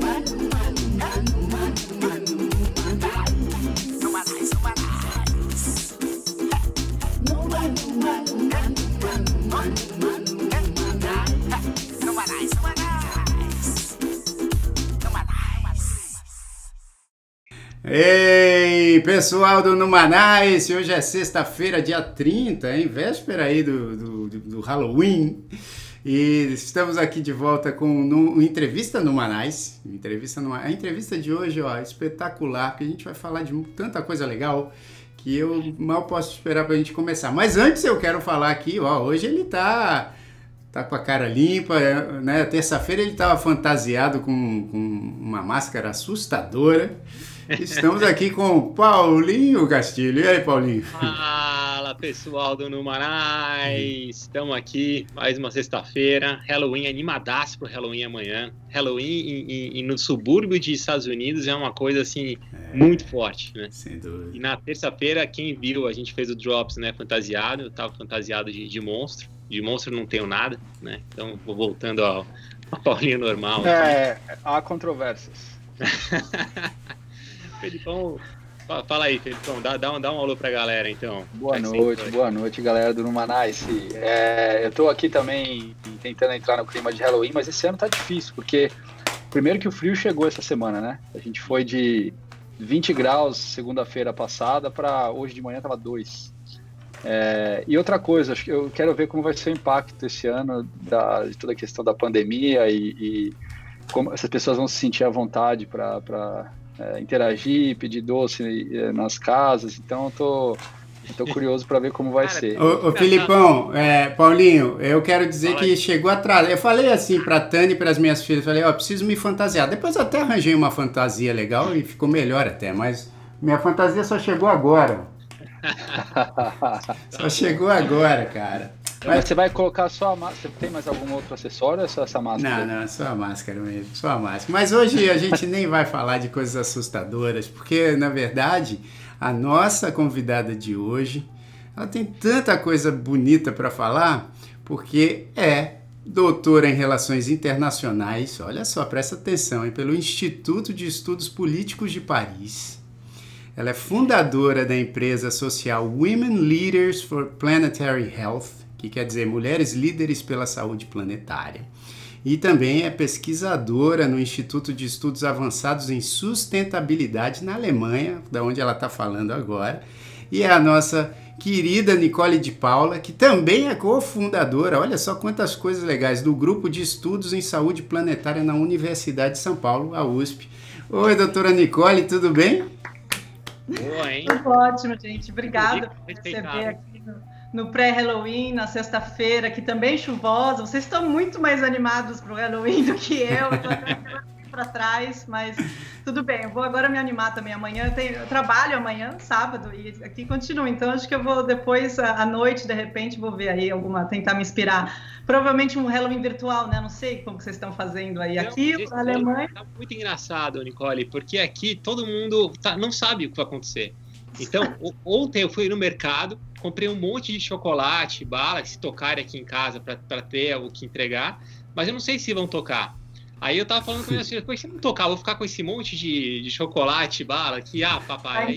Ei, pessoal do Numanais, hoje é sexta-feira, dia 30, hein? Véspera aí do Halloween. E estamos aqui de volta com Entrevista Numanais. A entrevista de hoje, ó, é espetacular, porque a gente vai falar de tanta coisa legal que eu mal posso esperar pra gente começar. Mas antes eu quero falar aqui, ó, hoje ele tá com a cara limpa, né? Terça-feira ele tava fantasiado com uma máscara assustadora. Estamos aqui com o Paulinho Castilho. E aí, Paulinho? Fala, pessoal do Numanais! Estamos aqui, mais uma sexta-feira. Halloween, animadaço pro Halloween amanhã. Halloween no subúrbio dos Estados Unidos é uma coisa, assim, muito forte, né? Sem dúvida. E na terça-feira, quem viu, a gente fez o Drops, né, fantasiado. Eu tava fantasiado de monstro. De monstro não tenho nada, né? Então, vou voltando ao Paulinho normal. Há controvérsias. Felipão, fala aí, Felipão, dá um alô pra galera, então. Boa noite, galera do Numanais. Eu tô aqui também tentando entrar no clima de Halloween, mas esse ano tá difícil, porque primeiro que o frio chegou essa semana, né? A gente foi de 20 graus segunda-feira passada para hoje de manhã tava 2. E outra coisa, eu quero ver como vai ser o impacto esse ano de toda a questão da pandemia e como essas pessoas vão se sentir à vontade para interagir, pedir doce nas casas. Então eu tô curioso para ver como vai ser. Ô Filipão, Paulinho, eu quero dizer que chegou atrás. Eu falei assim pra Tânia e pras minhas filhas, falei, preciso me fantasiar. Depois eu até arranjei uma fantasia legal e ficou melhor até, mas minha fantasia só chegou agora. Só chegou agora, cara. Mas você vai colocar só a máscara? Você tem mais algum outro acessório ou é só essa máscara? Não, só a máscara mesmo, só a máscara. Mas hoje a gente nem vai falar de coisas assustadoras, porque, na verdade, a nossa convidada de hoje, ela tem tanta coisa bonita para falar, porque é doutora em Relações Internacionais, olha só, presta atenção, hein, pelo Instituto de Estudos Políticos de Paris. Ela é fundadora da empresa social Women Leaders for Planetary Health, que quer dizer Mulheres Líderes pela Saúde Planetária. E também é pesquisadora no Instituto de Estudos Avançados em Sustentabilidade na Alemanha, da onde ela está falando agora. E é a nossa querida Nicole de Paula, que também é cofundadora, olha só quantas coisas legais, do Grupo de Estudos em Saúde Planetária na Universidade de São Paulo, a USP. Oi, doutora Nicole, tudo bem? Boa, hein? Tudo ótimo, gente. Obrigada por receber aqui no pré-Halloween, na sexta-feira, que também chuvosa. Vocês estão muito mais animados para o Halloween do que eu. Estou até para trás, mas tudo bem. Eu vou agora me animar também amanhã. Eu trabalho amanhã, sábado, e aqui continua. Então, acho que eu vou depois, à noite, de repente, vou ver aí tentar me inspirar. Provavelmente um Halloween virtual, né? Não sei como que vocês estão fazendo aí. Aqui, na Alemanha... Tá muito engraçado, Nicole, porque aqui todo mundo não sabe o que vai acontecer. Então, ontem eu fui no mercado, comprei um monte de chocolate, bala, que se tocarem aqui em casa para ter o que entregar, mas eu não sei se vão tocar. Aí eu tava falando com minhas filhas, se não tocar, eu vou ficar com esse monte de chocolate, bala, aqui, papai.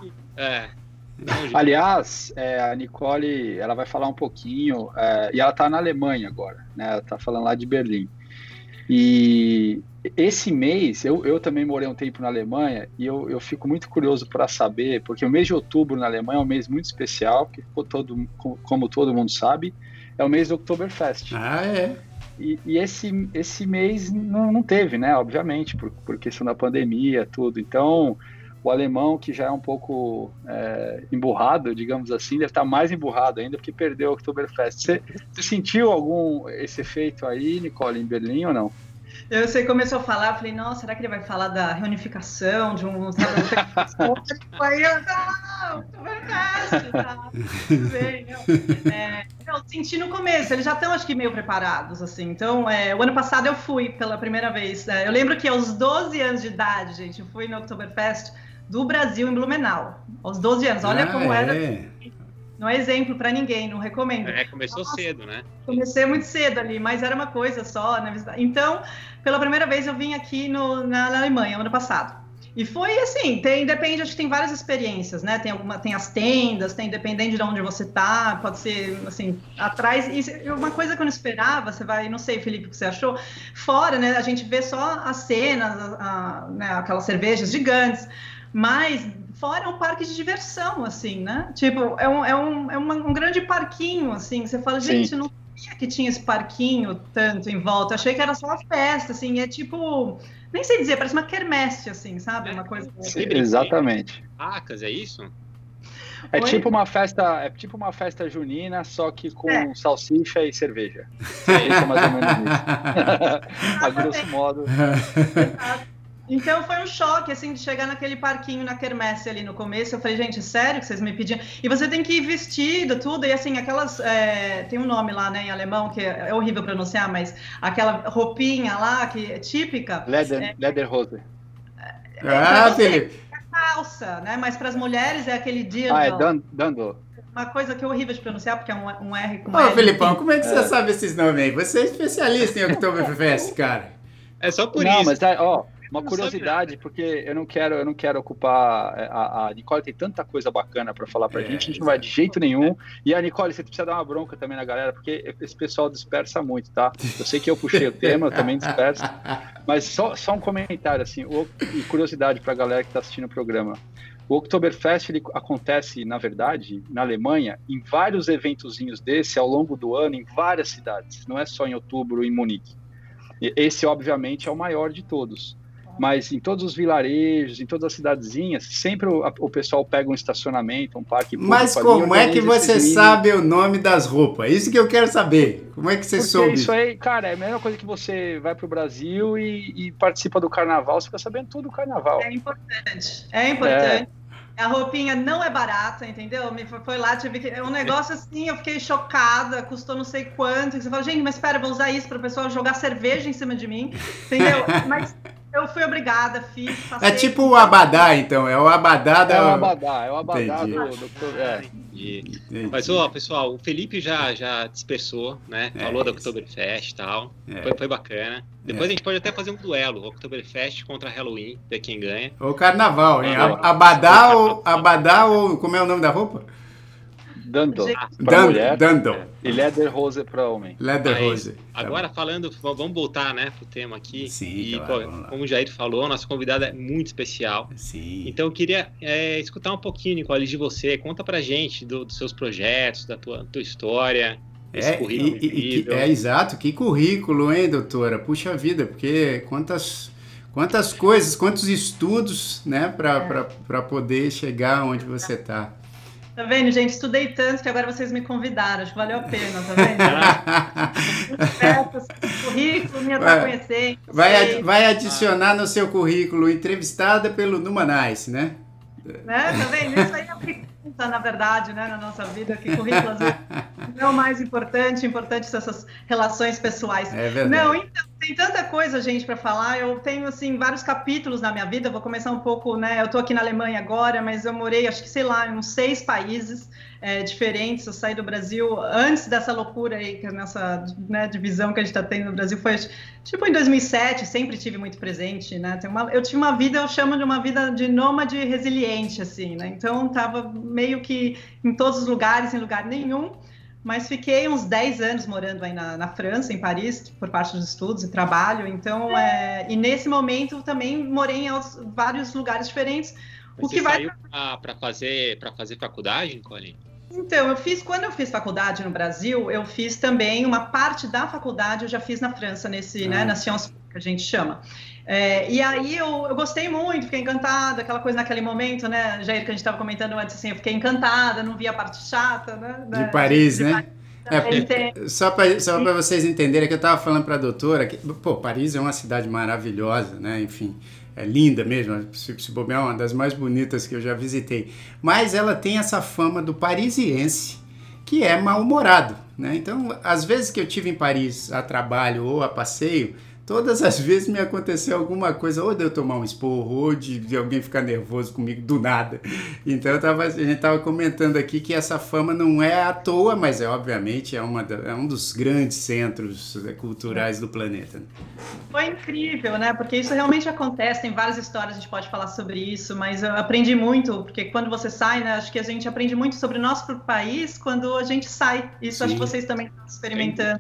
Aliás, a Nicole, ela vai falar um pouquinho, e ela tá na Alemanha agora, né? Ela tá falando lá de Berlim. E esse mês, eu também morei um tempo na Alemanha, e eu fico muito curioso para saber, porque o mês de outubro na Alemanha é um mês muito especial, porque como todo mundo sabe, é o mês do Oktoberfest. E esse mês não teve, né? Obviamente, por questão da pandemia, tudo. Então, o alemão, que já é um pouco emburrado, digamos assim, deve estar mais emburrado ainda, porque perdeu o Oktoberfest. Você sentiu esse efeito aí, Nicole, em Berlim ou não? Você começou a falar, eu falei, nossa, será que ele vai falar da reunificação de um... Aí eu, não, tá, tudo bem, não. Eu senti no começo, eles já estão, acho que, meio preparados, assim. Então, o ano passado eu fui pela primeira vez. Eu lembro que aos 12 anos de idade, gente, eu fui no Oktoberfest do Brasil, em Blumenau. Aos 12 anos, olha como era... Não é exemplo para ninguém, não recomendo. Começou cedo, né? Comecei muito cedo ali, mas era uma coisa só, né? Então, pela primeira vez eu vim aqui na Alemanha, ano passado. E foi assim, acho que tem várias experiências, né? Tem as tendas, dependendo de onde você tá, pode ser, assim, atrás. E uma coisa que eu não esperava, você vai, não sei, Felipe, o que você achou, fora, né? A gente vê só as cenas, né, aquelas cervejas gigantes, mas fora é um parque de diversão, assim, né? Tipo, é um grande parquinho, assim, você fala, gente, eu não sabia que tinha esse parquinho tanto em volta, achei que era só uma festa, assim, é tipo... Nem sei dizer, parece uma quermesse, assim, sabe? Uma coisa... Sim, exatamente. Vacas, é isso? É tipo uma festa junina, só que com salsicha e cerveja. Isso é mais ou menos isso. A grosso modo. Então foi um choque, assim, de chegar naquele parquinho na quermesse ali no começo. Eu falei, gente, sério que vocês me pediam? E você tem que ir vestido, tudo, e assim, aquelas... tem um nome lá, né, em alemão, que é horrível pronunciar, mas aquela roupinha lá, que é típica... Lederhose. Felipe. Calça, né, mas para as mulheres é aquele dirndl. Dando. Uma coisa que é horrível de pronunciar, porque é um R com L. Ô, Felipão, como é que você sabe esses nomes aí? Você é especialista em Oktoberfest, cara. É só por não, isso. Mas, uma curiosidade, porque eu não quero ocupar... A Nicole tem tanta coisa bacana para falar pra gente, a gente não vai de jeito nenhum. E a Nicole, você precisa dar uma bronca também na galera, porque esse pessoal dispersa muito, tá? Eu sei que eu puxei o tema, eu também disperso. Mas só um comentário, assim, e curiosidade pra galera que tá assistindo o programa. O Oktoberfest, ele acontece, na verdade, na Alemanha, em vários eventozinhos desse, ao longo do ano, em várias cidades. Não é só em outubro, em Munique. Esse, obviamente, é o maior de todos. Mas em todos os vilarejos, em todas as cidadezinhas, sempre o pessoal pega um estacionamento, um parque público. Mas como é que você sabe o nome das roupas? Isso que eu quero saber. Como é que você soube? Isso aí, cara, é a mesma coisa que você vai pro Brasil e participa do carnaval, você fica sabendo tudo do carnaval. É importante. É importante. A roupinha não é barata, entendeu? Foi lá, tive que... Um negócio assim, eu fiquei chocada, custou não sei quanto. Você fala, gente, mas espera, vou usar isso para o pessoal jogar cerveja em cima de mim, entendeu? Mas eu fui obrigada, fiz, passei... É tipo o abadá, então. É o abadá da... É o abadá do... Mas, pessoal, o Felipe já dispersou, né? Falou da Oktoberfest e tal. Foi bacana. Depois a gente pode até fazer um duelo, Oktoberfest contra Halloween, ver quem ganha. Ou carnaval, hein? Abadá ou... Como é o nome da roupa? Dando para mulher. Dando. E Lederhose para homem. Lederhose. Agora falando, vamos voltar, né, pro tema aqui. Sim, e, claro, como o Jair falou, nossa convidada é muito especial. Sim. Então eu queria escutar um pouquinho, Nicole, de você. Conta pra gente dos seus projetos, da tua história. Esse currículo incrível. Exato. Que currículo, hein, doutora? Puxa vida, porque quantas coisas, quantos estudos, né, para poder chegar onde você está. Tá vendo, gente? Estudei tanto que agora vocês me convidaram. Acho que valeu a pena, tá vendo? Currículo, me tá conhecendo. Vai adicionar no seu currículo entrevistada pelo Numanice, né? Tá vendo? Isso aí é pergunta, na verdade, né, na nossa vida, que currículo às vezes não é o mais importante são essas relações pessoais. É verdade. Não, então, tem tanta coisa, gente, para falar. Eu tenho, assim, vários capítulos na minha vida. Eu vou começar um pouco, né? Eu tô aqui na Alemanha agora, mas eu morei, acho que, sei lá, em uns 6 países diferentes. Eu saí do Brasil antes dessa loucura aí, nessa, né, divisão que a gente tá tendo no Brasil. Foi, tipo, em 2007, sempre tive muito presente, né? Eu tive uma vida, eu chamo de uma vida de nômade resiliente, assim, né? Então, tava meio que em todos os lugares, em lugar nenhum. Mas fiquei uns 10 anos morando aí na França, em Paris, por parte dos estudos e trabalho. Então, e nesse momento também morei em vários lugares diferentes. Mas você saiu para fazer faculdade, Nicole? Então, quando eu fiz faculdade no Brasil, eu fiz também uma parte da faculdade, eu já fiz na França, né, na Sciences Po, que a gente chama. E aí eu gostei muito, fiquei encantada, aquela coisa naquele momento, né, Jair, que a gente estava comentando antes, assim, eu fiquei encantada, não vi a parte chata, né? De Paris, né? Só para vocês entenderem que eu estava falando para a doutora que, Paris é uma cidade maravilhosa, né, enfim, é linda mesmo, se bobear, é uma das mais bonitas que eu já visitei, mas ela tem essa fama do parisiense, que é mal-humorado, né? Então, às vezes que eu tive em Paris a trabalho ou a passeio, todas as vezes me aconteceu alguma coisa, ou de eu tomar um esporro, ou de alguém ficar nervoso comigo do nada. Então a gente estava comentando aqui que essa fama não é à toa, mas obviamente é um dos grandes centros culturais do planeta. Foi incrível, né? Porque isso realmente acontece, tem várias histórias, a gente pode falar sobre isso, mas eu aprendi muito, porque quando você sai, né, acho que a gente aprende muito sobre o nosso país quando a gente sai. Isso Sim. Acho que vocês também estão experimentando.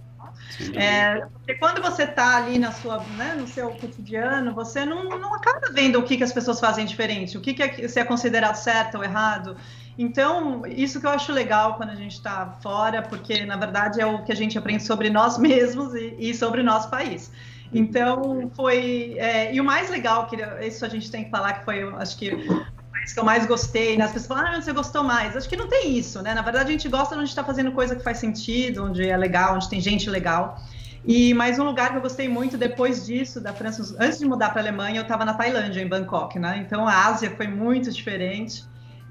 Porque quando você está ali no seu cotidiano, você não acaba vendo o que as pessoas fazem diferente, o que é considerado certo ou errado. Então, isso que eu acho legal quando a gente está fora, porque, na verdade, é o que a gente aprende sobre nós mesmos e sobre o nosso país. Então, foi... e o mais legal, que isso a gente tem que falar, que foi, acho que que eu mais gostei, né? As pessoas falam, onde você gostou mais? Acho que não tem isso, né? Na verdade, a gente gosta onde está fazendo coisa que faz sentido, onde é legal, onde tem gente legal. E mais um lugar que eu gostei muito depois disso, da França, antes de mudar para a Alemanha, eu estava na Tailândia, em Bangkok, né? Então, a Ásia foi muito diferente.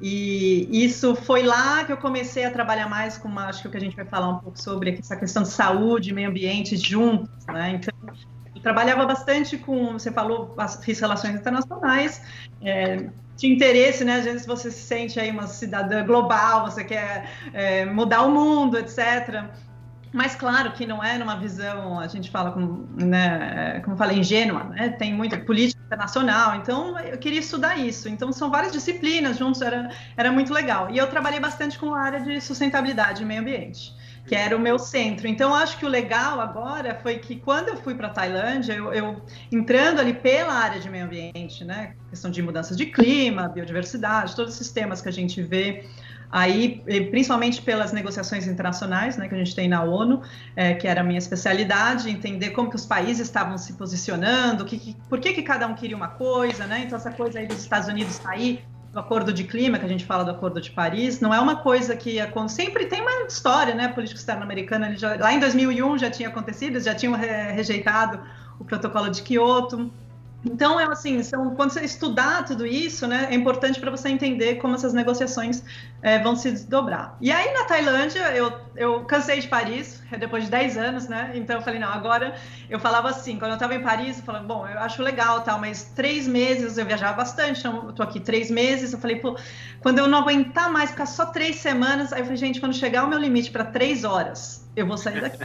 E isso foi lá que eu comecei a trabalhar mais com acho que o que a gente vai falar um pouco sobre essa questão de saúde, meio ambiente juntos, né? Então, eu trabalhava bastante com, você falou, fiz relações internacionais, tinha interesse, né? Às vezes você se sente aí uma cidadã global, você quer mudar o mundo, etc. Mas claro que não é numa visão, a gente fala, como eu falei, ingênua, né? Tem muita política internacional, então eu queria estudar isso. Então são várias disciplinas juntos, era muito legal. E eu trabalhei bastante com a área de sustentabilidade e meio ambiente, que era o meu centro. Então, acho que o legal agora foi que quando eu fui para a Tailândia, eu entrando ali pela área de meio ambiente, né, questão de mudanças de clima, biodiversidade, todos esses temas que a gente vê aí, principalmente pelas negociações internacionais, né, que a gente tem na ONU, que era a minha especialidade, entender como que os países estavam se posicionando, por que cada um queria uma coisa, né, então essa coisa aí dos Estados Unidos está aí, do acordo de clima, que a gente fala do acordo de Paris, não é uma coisa que sempre tem uma história, né, a política externa americana, lá em 2001 já tinha acontecido, eles já tinham rejeitado o protocolo de Kyoto. Então, quando você estudar tudo isso, né, é importante para você entender como essas negociações vão se desdobrar. E aí, na Tailândia, eu cansei de Paris, depois de 10 anos, né, então eu falei, não, agora eu falava assim, quando eu estava em Paris, eu falava, bom, eu acho legal, tal, mas 3 meses, eu viajava bastante, então eu tô aqui 3 meses, eu falei, pô, quando eu não aguentar mais, ficar só 3 semanas, aí eu falei, gente, quando chegar o meu limite para 3 horas, eu vou sair daqui.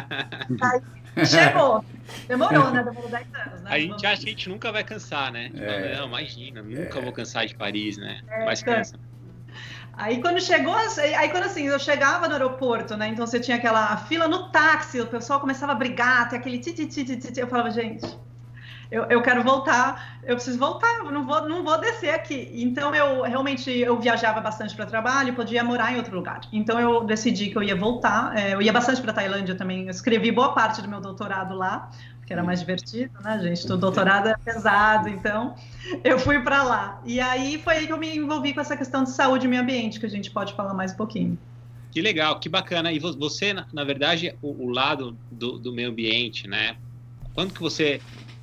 Aí, chegou. Demorou, né? Demorou 10 anos, né? A gente acha que a gente nunca vai cansar, né? Não, imagina, nunca vou cansar de Paris, né? Mas cansa. Aí quando chegou, eu chegava no aeroporto, né? Então você tinha aquela fila no táxi, o pessoal começava a brigar, tem aquele titi, eu falava, gente, eu quero voltar, eu preciso voltar, eu não vou descer aqui. Então eu viajava bastante para trabalho e podia morar em outro lugar. Então eu decidi que eu ia voltar, eu ia bastante para a Tailândia também, eu escrevi boa parte do meu doutorado lá, porque era mais divertido, né, gente? O doutorado é pesado, então eu fui para lá. E aí foi aí que eu me envolvi com essa questão de saúde e meio ambiente, que a gente pode falar mais um pouquinho. Que legal, que bacana. E você, na verdade, o lado do meio ambiente, né? Quando que você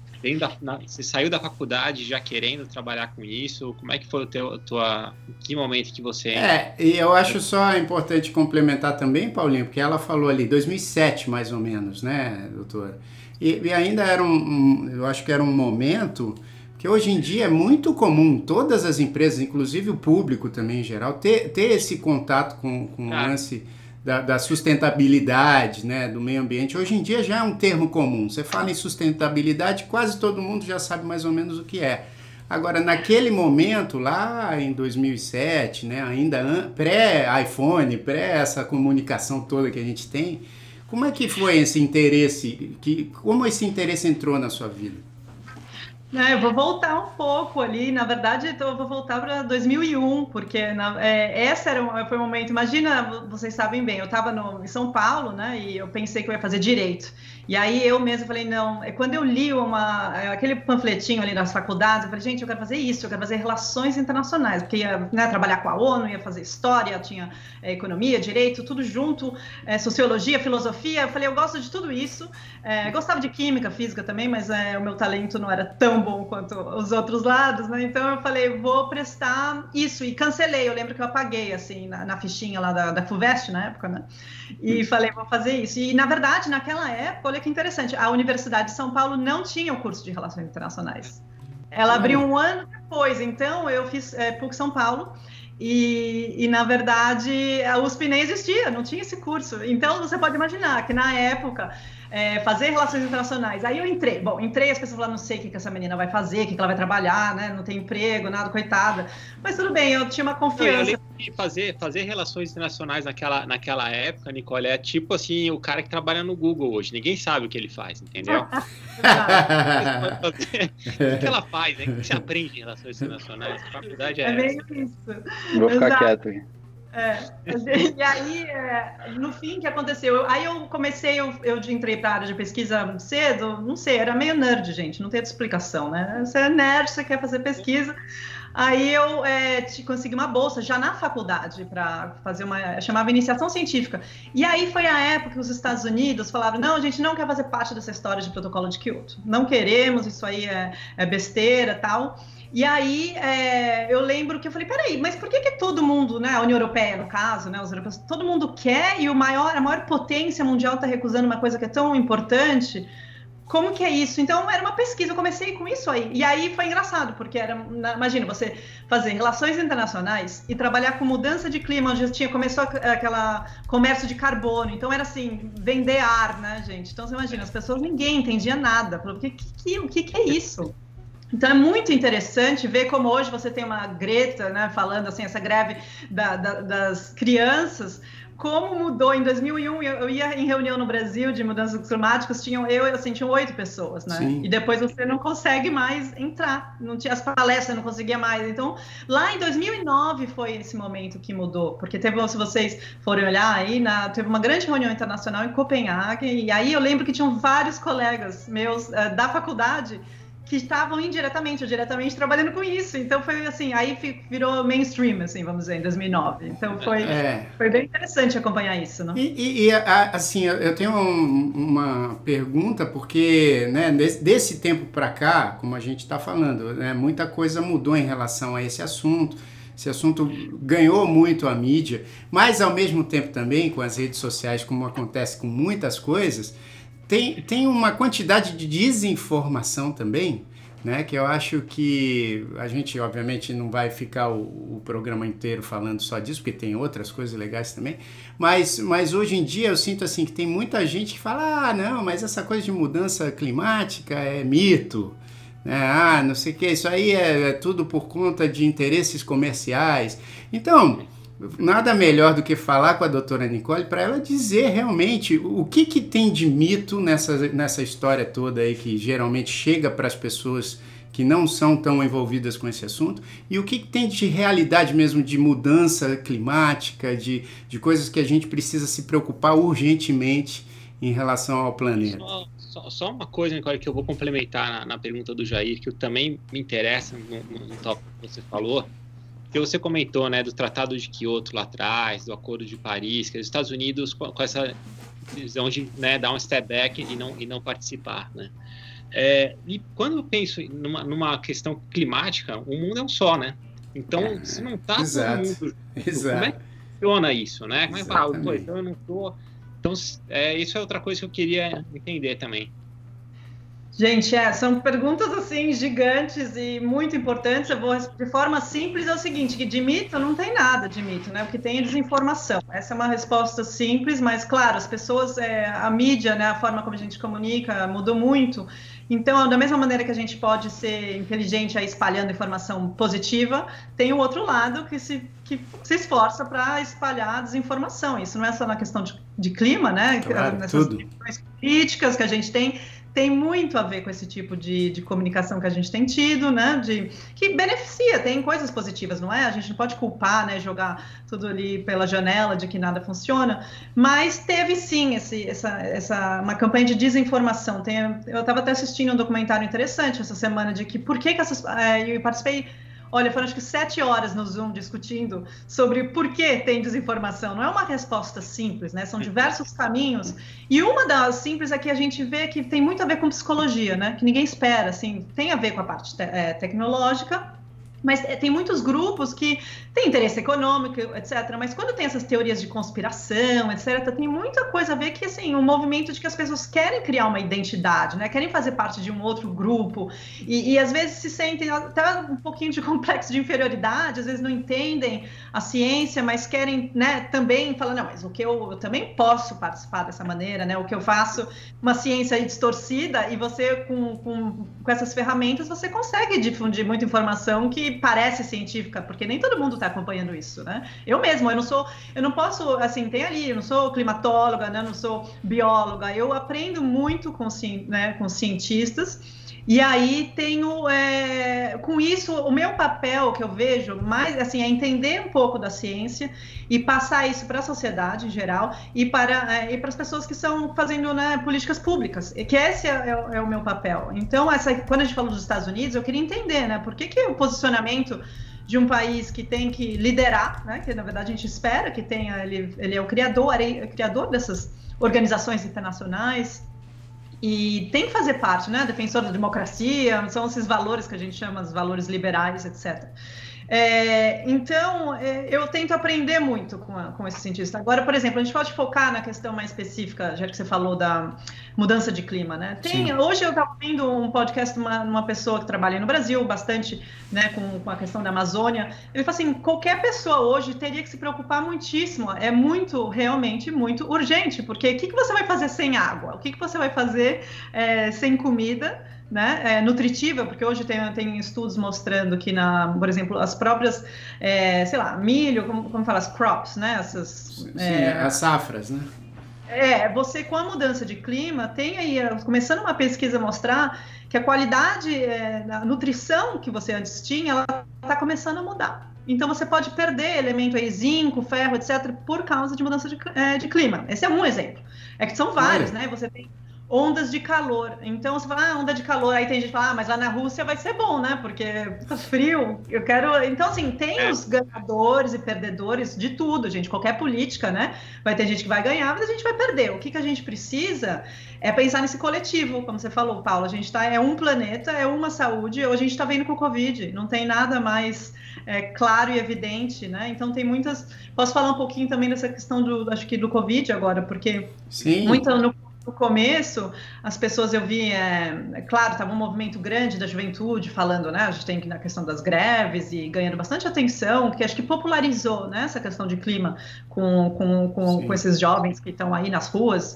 saiu da faculdade já querendo trabalhar com isso? Como é que foi que momento que você... E eu acho só importante complementar também, Paulinho, porque ela falou ali, 2007 mais ou menos, né, doutora? E ainda era eu acho que era um momento que hoje em dia é muito comum todas as empresas, inclusive o público também em geral, ter esse contato com o lance da sustentabilidade, né, do meio ambiente. Hoje em dia já é um termo comum. Você fala em sustentabilidade, quase todo mundo já sabe mais ou menos o que é. Agora, naquele momento, lá em 2007, né, ainda pré-iPhone, essa comunicação toda que a gente tem, como é que foi esse interesse? Como esse interesse entrou na sua vida? Eu vou voltar um pouco ali, na verdade eu vou voltar para 2001, porque esse foi o momento, imagina, vocês sabem bem, eu estava em São Paulo, né, e eu pensei que eu ia fazer Direito, e aí eu mesma falei, não, quando eu li aquele panfletinho ali nas faculdades, eu falei, gente, eu quero fazer isso, eu quero fazer Relações Internacionais, porque ia, né, trabalhar com a ONU, ia fazer História, tinha Economia, Direito, tudo junto, Sociologia, Filosofia, eu falei, eu gosto de tudo isso, gostava de Química, Física também, mas o meu talento não era tão bom quanto os outros lados, né? Então eu falei, vou prestar isso, e cancelei. Eu lembro que eu apaguei, assim, na fichinha lá da FUVEST, na época, né? E falei, vou fazer isso. E, na verdade, naquela época, olha que interessante, a Universidade de São Paulo não tinha o curso de Relações Internacionais. Ela abriu um ano depois, então eu fiz PUC São Paulo, e, na verdade, a USP nem existia, não tinha esse curso. Então, você pode imaginar que, na época, fazer relações internacionais, aí eu entrei, as pessoas falaram, não sei o que essa menina vai fazer, o que ela vai trabalhar, né? Não tem emprego, nada, coitada. Mas tudo bem, eu tinha uma confiança. Eu lembro que fazer relações internacionais naquela época, Nicole, é tipo assim, o cara que trabalha no Google hoje, ninguém sabe o que ele faz, entendeu? O que ela faz, né? O que você aprende em relações internacionais? A faculdade é meio isso. Vou ficar quieto aqui. E aí, no fim, o que aconteceu? Aí eu comecei, eu entrei para a área de pesquisa cedo, não sei, era meio nerd, gente, não tem outra explicação, né? Você é nerd, você quer fazer pesquisa. Aí eu consegui uma bolsa já na faculdade para fazer chamava Iniciação Científica. E aí foi a época que os Estados Unidos falaram, não, a gente não quer fazer parte dessa história de protocolo de Kyoto, não queremos, isso aí é besteira, tal. E aí eu lembro que eu falei, peraí, mas por que todo mundo, né, a União Europeia no caso, né, os europeus, todo mundo quer e a maior potência mundial está recusando uma coisa que é tão importante? Como que é isso? Então, era uma pesquisa, eu comecei com isso aí. E aí foi engraçado, porque imagina, você fazer relações internacionais e trabalhar com mudança de clima, onde começou aquela comércio de carbono. Então, era assim, vender ar, né, gente? Então, você imagina, as pessoas, ninguém entendia nada. Falou, o que é isso? Então, é muito interessante ver como hoje você tem uma Greta, né, falando assim, essa greve das crianças, como mudou. Em 2001, eu ia em reunião no Brasil de mudanças climáticas, tinham 8 pessoas, né? Sim. E depois você não consegue mais entrar, não tinha as palestras, não conseguia mais. Então, lá em 2009 foi esse momento que mudou, porque se vocês forem olhar aí, teve uma grande reunião internacional em Copenhague, e aí eu lembro que tinham vários colegas meus da faculdade que estavam indiretamente ou diretamente trabalhando com isso. Então foi assim, aí virou mainstream, assim, vamos dizer, em 2009. Então foi bem interessante acompanhar isso, né? Assim, eu tenho uma pergunta, porque, né, desse tempo para cá, como a gente está falando, né, muita coisa mudou em relação a esse assunto. Esse assunto ganhou muito a mídia, mas ao mesmo tempo também, com as redes sociais, como acontece com muitas coisas, tem uma quantidade de desinformação também, né, que eu acho que a gente, obviamente, não vai ficar o programa inteiro falando só disso, porque tem outras coisas legais também, mas hoje em dia eu sinto assim que tem muita gente que fala, não, mas essa coisa de mudança climática é mito, né? Não sei o que, isso aí é tudo por conta de interesses comerciais. Então, nada melhor do que falar com a doutora Nicole para ela dizer realmente o que tem de mito nessa história toda aí que geralmente chega para as pessoas que não são tão envolvidas com esse assunto, e o que tem de realidade mesmo, de mudança climática, de coisas que a gente precisa se preocupar urgentemente em relação ao planeta. Só uma coisa, Nicole, que eu vou complementar na pergunta do Jair, que também me interessa no tópico que você falou, que você comentou, né, do Tratado de Kyoto lá atrás, do Acordo de Paris, que os Estados Unidos com essa visão de, né, dar um step back e não participar, né? E quando eu penso numa questão climática, o mundo é um só, né? Então, se não está todo mundo... Como é que funciona isso, né? Como é que fala? Então eu não estou... Então, isso é outra coisa que eu queria entender também. Gente, são perguntas assim gigantes e muito importantes. Eu vou de forma simples, é o seguinte, que de mito não tem nada de mito, né? O que tem é desinformação. Essa é uma resposta simples, mas claro, as pessoas, a mídia, né, a forma como a gente comunica mudou muito. Então, da mesma maneira que a gente pode ser inteligente aí espalhando informação positiva, tem o outro lado que se esforça para espalhar a desinformação. Isso não é só na questão de clima, né? Claro, nessas questões políticas que a gente tem muito a ver com esse tipo de comunicação que a gente tem tido, né, que beneficia, tem coisas positivas, não é? A gente não pode culpar, né, jogar tudo ali pela janela de que nada funciona, mas teve sim uma campanha de desinformação. Eu estava até assistindo um documentário interessante essa semana de que por que eu participei Olha, foram acho que 7 horas no Zoom discutindo sobre por que tem desinformação. Não é uma resposta simples, né? São diversos caminhos. E uma das simples é que a gente vê que tem muito a ver com psicologia, né? Que ninguém espera, assim, tem a ver com a parte tecnológica. Mas tem muitos grupos que têm interesse econômico, etc. Mas quando tem essas teorias de conspiração, etc., tem muita coisa a ver que, assim, um movimento de que as pessoas querem criar uma identidade, né? Querem fazer parte de um outro grupo e às vezes se sentem até um pouquinho de complexo de inferioridade, às vezes não entendem a ciência, mas querem, né, também falar, não, mas o que eu também posso participar dessa maneira, né? O que eu faço, uma ciência aí distorcida, e você, com essas ferramentas, você consegue difundir muita informação que parece científica, porque nem todo mundo está acompanhando isso, né? Eu não posso, assim, tem ali, eu não sou climatóloga, né? Eu não sou bióloga, eu aprendo muito com cientistas, e aí tenho, com isso, o meu papel que eu vejo mais, assim, é entender um pouco da ciência e passar isso para a sociedade em geral e para as pessoas que estão fazendo, né, políticas públicas, que esse é o meu papel. Então, quando a gente falou dos Estados Unidos, eu queria entender, né, por que o posicionamento de um país que tem que liderar, né, que na verdade a gente espera que tenha, ele é o criador dessas organizações internacionais, e tem que fazer parte, né? Defensor da democracia, são esses valores que a gente chama de valores liberais, etc. Então, eu tento aprender muito com esse cientista. Agora, por exemplo, a gente pode focar na questão mais específica, já que você falou da mudança de clima, né? Hoje eu estava vendo um podcast de uma pessoa que trabalha no Brasil bastante, né, com a questão da Amazônia. Ele fala assim, qualquer pessoa hoje teria que se preocupar muitíssimo. É realmente muito urgente, porque o que você vai fazer sem água? O que você vai fazer sem comida? Né, nutritiva, porque hoje tem estudos mostrando que, por exemplo, as próprias, sei lá, milho, como fala, as crops, né, essas... as safras, né? Você, com a mudança de clima, tem aí, começando uma pesquisa a mostrar que a qualidade, a nutrição que você antes tinha, ela está começando a mudar. Então, você pode perder elemento aí, zinco, ferro, etc., por causa de mudança de clima. Esse é um exemplo. É que são vários, né? Você tem ondas de calor. Então, você fala, onda de calor. Aí tem gente que fala, mas lá na Rússia vai ser bom, né? Porque tá frio. Eu quero... Então, assim, tem os ganhadores e perdedores de tudo, gente. Qualquer política, né? Vai ter gente que vai ganhar, mas a gente vai perder. O que a gente precisa é pensar nesse coletivo, como você falou, Paulo. A gente é um planeta, é uma saúde. Hoje a gente tá vendo com o Covid. Não tem nada mais claro e evidente, né? Então, tem muitas... Posso falar um pouquinho também dessa questão acho que do Covid agora, porque no começo, as pessoas, eu vi, claro, estava um movimento grande da juventude falando, né, a gente tem que na questão das greves e ganhando bastante atenção, porque acho que popularizou, né, essa questão de clima com esses jovens que estão aí nas ruas.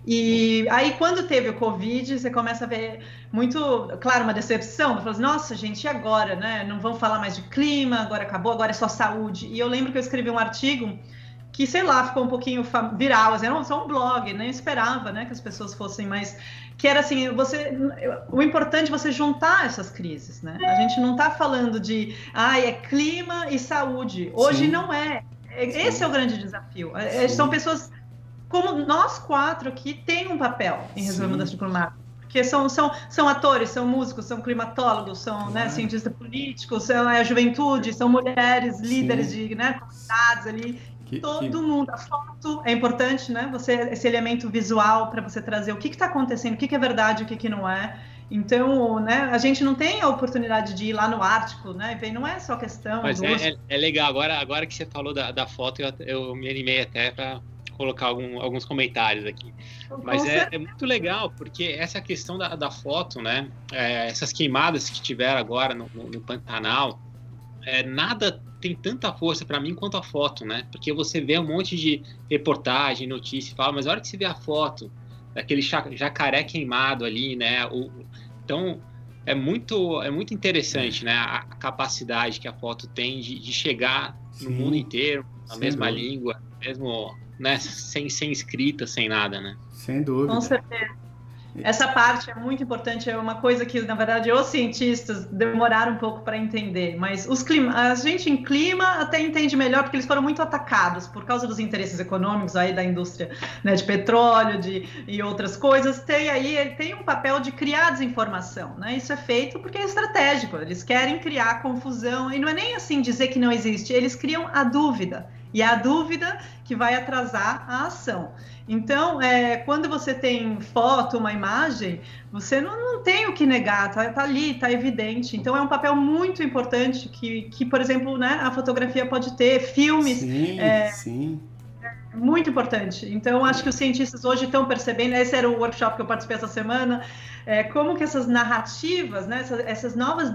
E aí, quando teve o Covid, você começa a ver muito, claro, uma decepção. Você fala assim, nossa, gente, e agora, né? Não vão falar mais de clima, agora acabou, agora é só saúde. E eu lembro que eu escrevi um artigo que, sei lá, ficou um pouquinho viral, assim, era só um blog, nem esperava, né, que as pessoas fossem mais... Que era assim, o importante é você juntar essas crises, né? A gente não está falando de, é clima e saúde. Hoje não é. Esse é o grande desafio. São pessoas como nós 4 aqui têm um papel em resolver a mudança climática. Porque são atores, são músicos, são climatólogos, são né, cientistas políticos, são a juventude, são mulheres, líderes de comunidades ali. Todo mundo, a foto é importante, né? Esse elemento visual para você trazer o que está acontecendo, o que é verdade, o que não é. Então, né, a gente não tem a oportunidade de ir lá no Ártico, né? Não é só questão... Mas é legal, agora que você falou da foto, eu me animei até para colocar alguns comentários aqui. Mas é muito legal, porque essa questão da foto, né? Essas queimadas que tiveram agora no Pantanal, nada tem tanta força para mim quanto a foto, né? Porque você vê um monte de reportagem, notícia, fala, mas a hora que você vê a foto daquele jacaré queimado ali, né? Então é muito interessante, né? A capacidade que a foto tem de chegar no mundo inteiro, na mesma língua, mesmo, né? Sem escrita, sem nada, né? Sem dúvida. Com certeza. Essa parte é muito importante, é uma coisa que, na verdade, os cientistas demoraram um pouco para entender, mas a gente em clima até entende melhor, porque eles foram muito atacados por causa dos interesses econômicos aí da indústria, né, de petróleo e outras coisas. Tem um papel de criar desinformação, né? Isso é feito porque é estratégico, eles querem criar confusão, e não é nem assim dizer que não existe, eles criam a dúvida, e é a dúvida que vai atrasar a ação. Então, quando você tem foto, uma imagem, você não tem o que negar, tá ali, tá evidente. Então, é um papel muito importante que por exemplo, né, a fotografia pode ter, filmes. Sim. Muito importante. Então, acho que os cientistas hoje estão percebendo, esse era o workshop que eu participei essa semana, como que essas narrativas, né, essas novas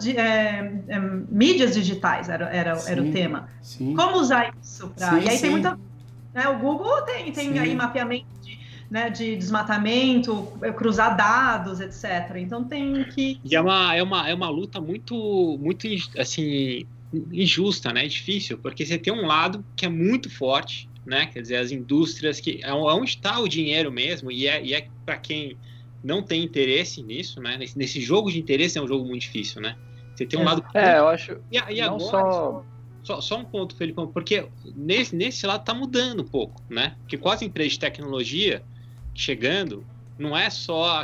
mídias digitais era o tema. Sim. Como usar isso para... E aí tem muita... Né, o Google tem aí mapeamento de desmatamento, cruzar dados, etc. Então tem que... E é uma luta muito assim, injusta, né? Difícil, porque você tem um lado que é muito forte, né? Quer dizer, as indústrias que... onde está o dinheiro mesmo, e é para quem não tem interesse nisso, né? Nesse jogo de interesse é um jogo muito difícil, né? Você tem um lado... eu acho... E agora... Só um ponto, Felipão, porque nesse lado está mudando um pouco, né? Porque com as empresas de tecnologia chegando, não é só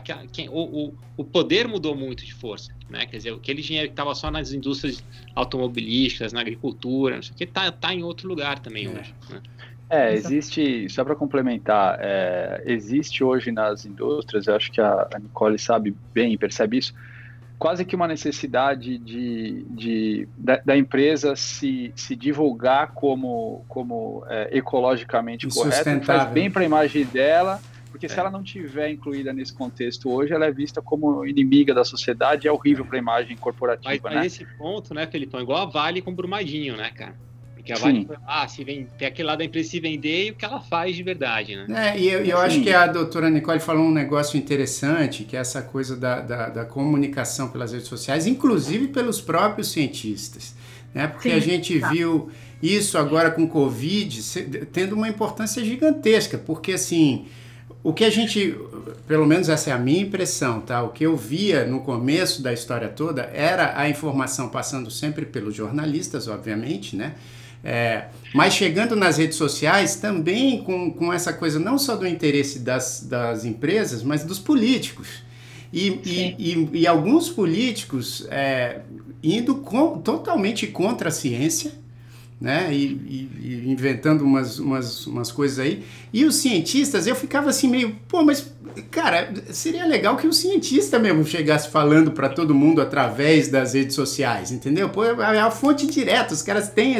o poder mudou muito de força, né? Quer dizer, aquele dinheiro que estava só nas indústrias automobilísticas, na agricultura, não sei o que, tá em outro lugar também hoje, né? Existe, só para complementar, existe hoje nas indústrias, eu acho que a Nicole sabe bem, percebe isso, quase que uma necessidade da empresa se divulgar como ecologicamente correta, que faz bem para a imagem dela, porque se ela não tiver incluída nesse contexto hoje, ela é vista como inimiga da sociedade, é horrível para a imagem corporativa. Mas esse ponto, né, Felipão, igual a Vale com o Brumadinho, né, cara? Porque a Vale tem aquele lado da empresa se vender e o que ela faz de verdade, né? E eu acho que a doutora Nicole falou um negócio interessante, que é essa coisa da comunicação pelas redes sociais, inclusive pelos próprios cientistas, né? Porque a gente viu isso agora com o Covid tendo uma importância gigantesca, porque assim, o que a gente, pelo menos essa é a minha impressão, tá? O que eu via no começo da história toda era a informação passando sempre pelos jornalistas, obviamente, né? Mas chegando nas redes sociais também com essa coisa não só do interesse das empresas, mas dos políticos. E alguns políticos indo totalmente contra a ciência, né? E inventando umas coisas aí. E os cientistas, eu ficava assim meio, mas cara, seria legal que o cientista mesmo chegasse falando para todo mundo através das redes sociais, entendeu? É a fonte direta, os caras têm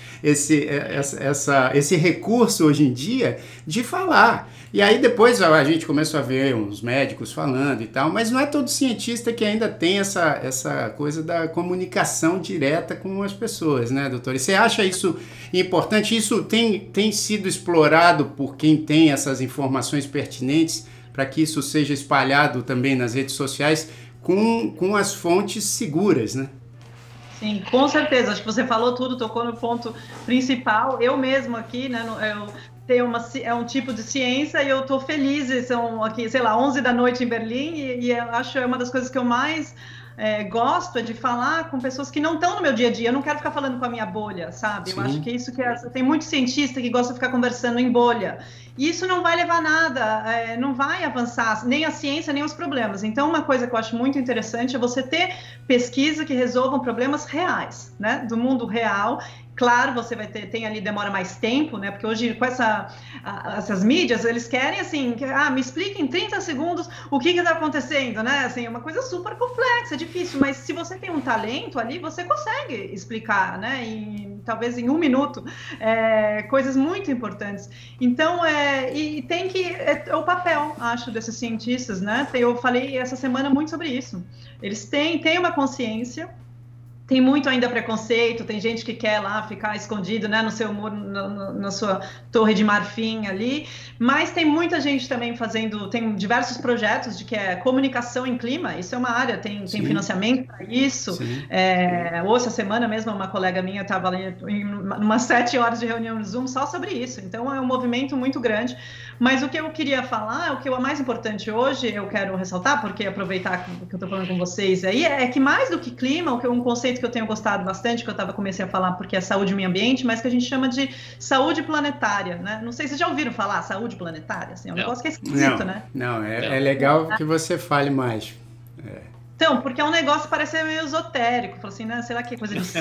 esse recurso hoje em dia de falar. E aí depois a gente começou a ver uns médicos falando e tal, mas não é todo cientista que ainda tem essa coisa da comunicação direta com as pessoas, né, doutor? E você acha isso importante? Isso tem sido explorado por quem tem essas informações pertinentes para que isso seja espalhado também nas redes sociais com as fontes seguras, né? Sim, com certeza. Acho que você falou tudo, tocou no ponto principal. Eu mesmo aqui, né, é um tipo de ciência e eu estou feliz, são aqui, sei lá, 11 da noite em Berlim e eu acho que é uma das coisas que eu mais gosto é de falar com pessoas que não estão no meu dia a dia. Eu não quero ficar falando com a minha bolha, sabe? Sim. Eu acho que é isso que tem muito cientista que gosta de ficar conversando em bolha. E isso não vai levar a nada, não vai avançar, nem a ciência, nem os problemas. Então, uma coisa que eu acho muito interessante é você ter pesquisa que resolvam problemas reais, né? Do mundo real. Claro, você tem ali, demora mais tempo, né? Porque hoje, com essas mídias, eles querem, assim, me explique em 30 segundos o que está acontecendo, né? Assim, é uma coisa super complexa, difícil, mas se você tem um talento ali, você consegue explicar, né? Talvez em 1 minuto, coisas muito importantes. Então, e tem que... É o papel, acho, desses cientistas, né? Eu falei essa semana muito sobre isso. Eles têm uma consciência Tem muito ainda preconceito, tem gente que quer lá ficar escondido, né, no seu muro, na sua torre de marfim ali, mas tem muita gente também tem diversos projetos de que é comunicação em clima, isso é uma área, tem financiamento para isso. Hoje, essa semana mesmo, uma colega minha estava ali em umas 7 horas de reunião no Zoom só sobre isso, então é um movimento muito grande. Mas o que eu queria falar, o que é o mais importante hoje, eu quero ressaltar, porque aproveitar que eu estou falando com vocês aí, é que mais do que clima, um conceito que eu tenho gostado bastante, que eu comecei a falar porque é saúde e meio ambiente, mas que a gente chama de saúde planetária, né? Não sei se vocês já ouviram falar saúde planetária, assim, é um negócio que é esquisito, né? Não, é legal que você fale mais. Então, porque é um negócio que parece meio esotérico, falo assim, né? Sei lá que coisa de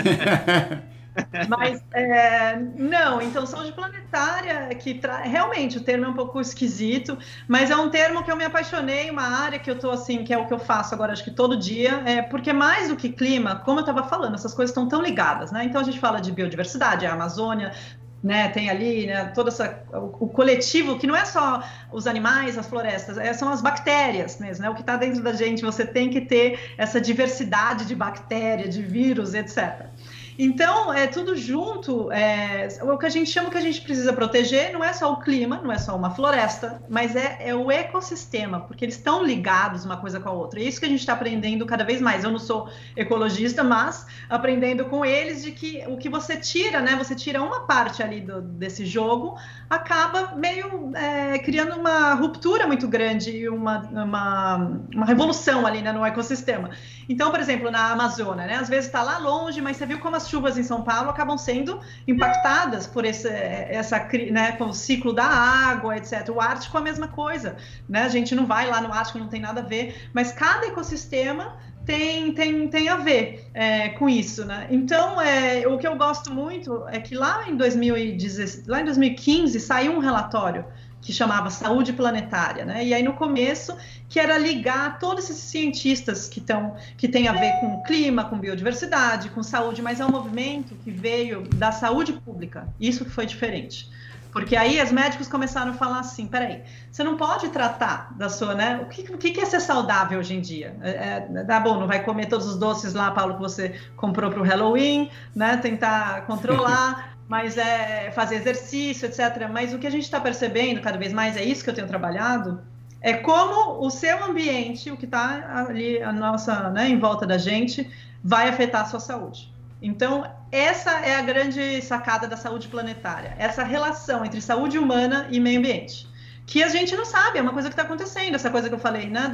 Mas, não, então, saúde planetária, realmente o termo é um pouco esquisito, mas é um termo que eu me apaixonei, uma área que eu tô assim, que é o que eu faço agora, acho que todo dia, porque mais do que clima, como eu estava falando, essas coisas estão tão ligadas, né? Então a gente fala de biodiversidade, a Amazônia, né, tem ali, né, o coletivo, que não é só os animais, as florestas, são as bactérias mesmo, né, o que está dentro da gente, você tem que ter essa diversidade de bactéria, de vírus, etc. Então, tudo junto, o que a gente chama que a gente precisa proteger não é só o clima, não é só uma floresta, mas é o ecossistema, porque eles estão ligados uma coisa com a outra. E é isso que a gente está aprendendo cada vez mais. Eu não sou ecologista, mas aprendendo com eles de que o que você tira, né? Você tira uma parte ali desse jogo, acaba meio criando uma ruptura muito grande e uma revolução ali, né, no ecossistema. Então, por exemplo, na Amazônia, né? Às vezes está lá longe, mas você viu como as chuvas em São Paulo acabam sendo impactadas por né, com o ciclo da água, etc. O Ártico é a mesma coisa, né? A gente não vai lá no Ártico, não tem nada a ver, mas cada ecossistema tem a ver com isso, né? Então, o que eu gosto muito é que lá em 2015 saiu um relatório que chamava Saúde Planetária, né? E aí no começo, que era ligar todos esses cientistas que tem a ver com clima, com biodiversidade, com saúde, mas é um movimento que veio da saúde pública. Isso que foi diferente. Porque aí os médicos começaram a falar assim, peraí, você não pode tratar da sua, né? O que é ser saudável hoje em dia? Tá bom, não vai comer todos os doces lá, Paulo, que você comprou para o Halloween, né? Tentar controlar... mas fazer exercício, etc. Mas o que a gente está percebendo cada vez mais, é isso que eu tenho trabalhado, é como o seu ambiente, o que está ali né, em volta da gente, vai afetar a sua saúde. Então, essa é a grande sacada da saúde planetária, essa relação entre saúde humana e meio ambiente, que a gente não sabe, é uma coisa que está acontecendo, essa coisa que eu falei, né,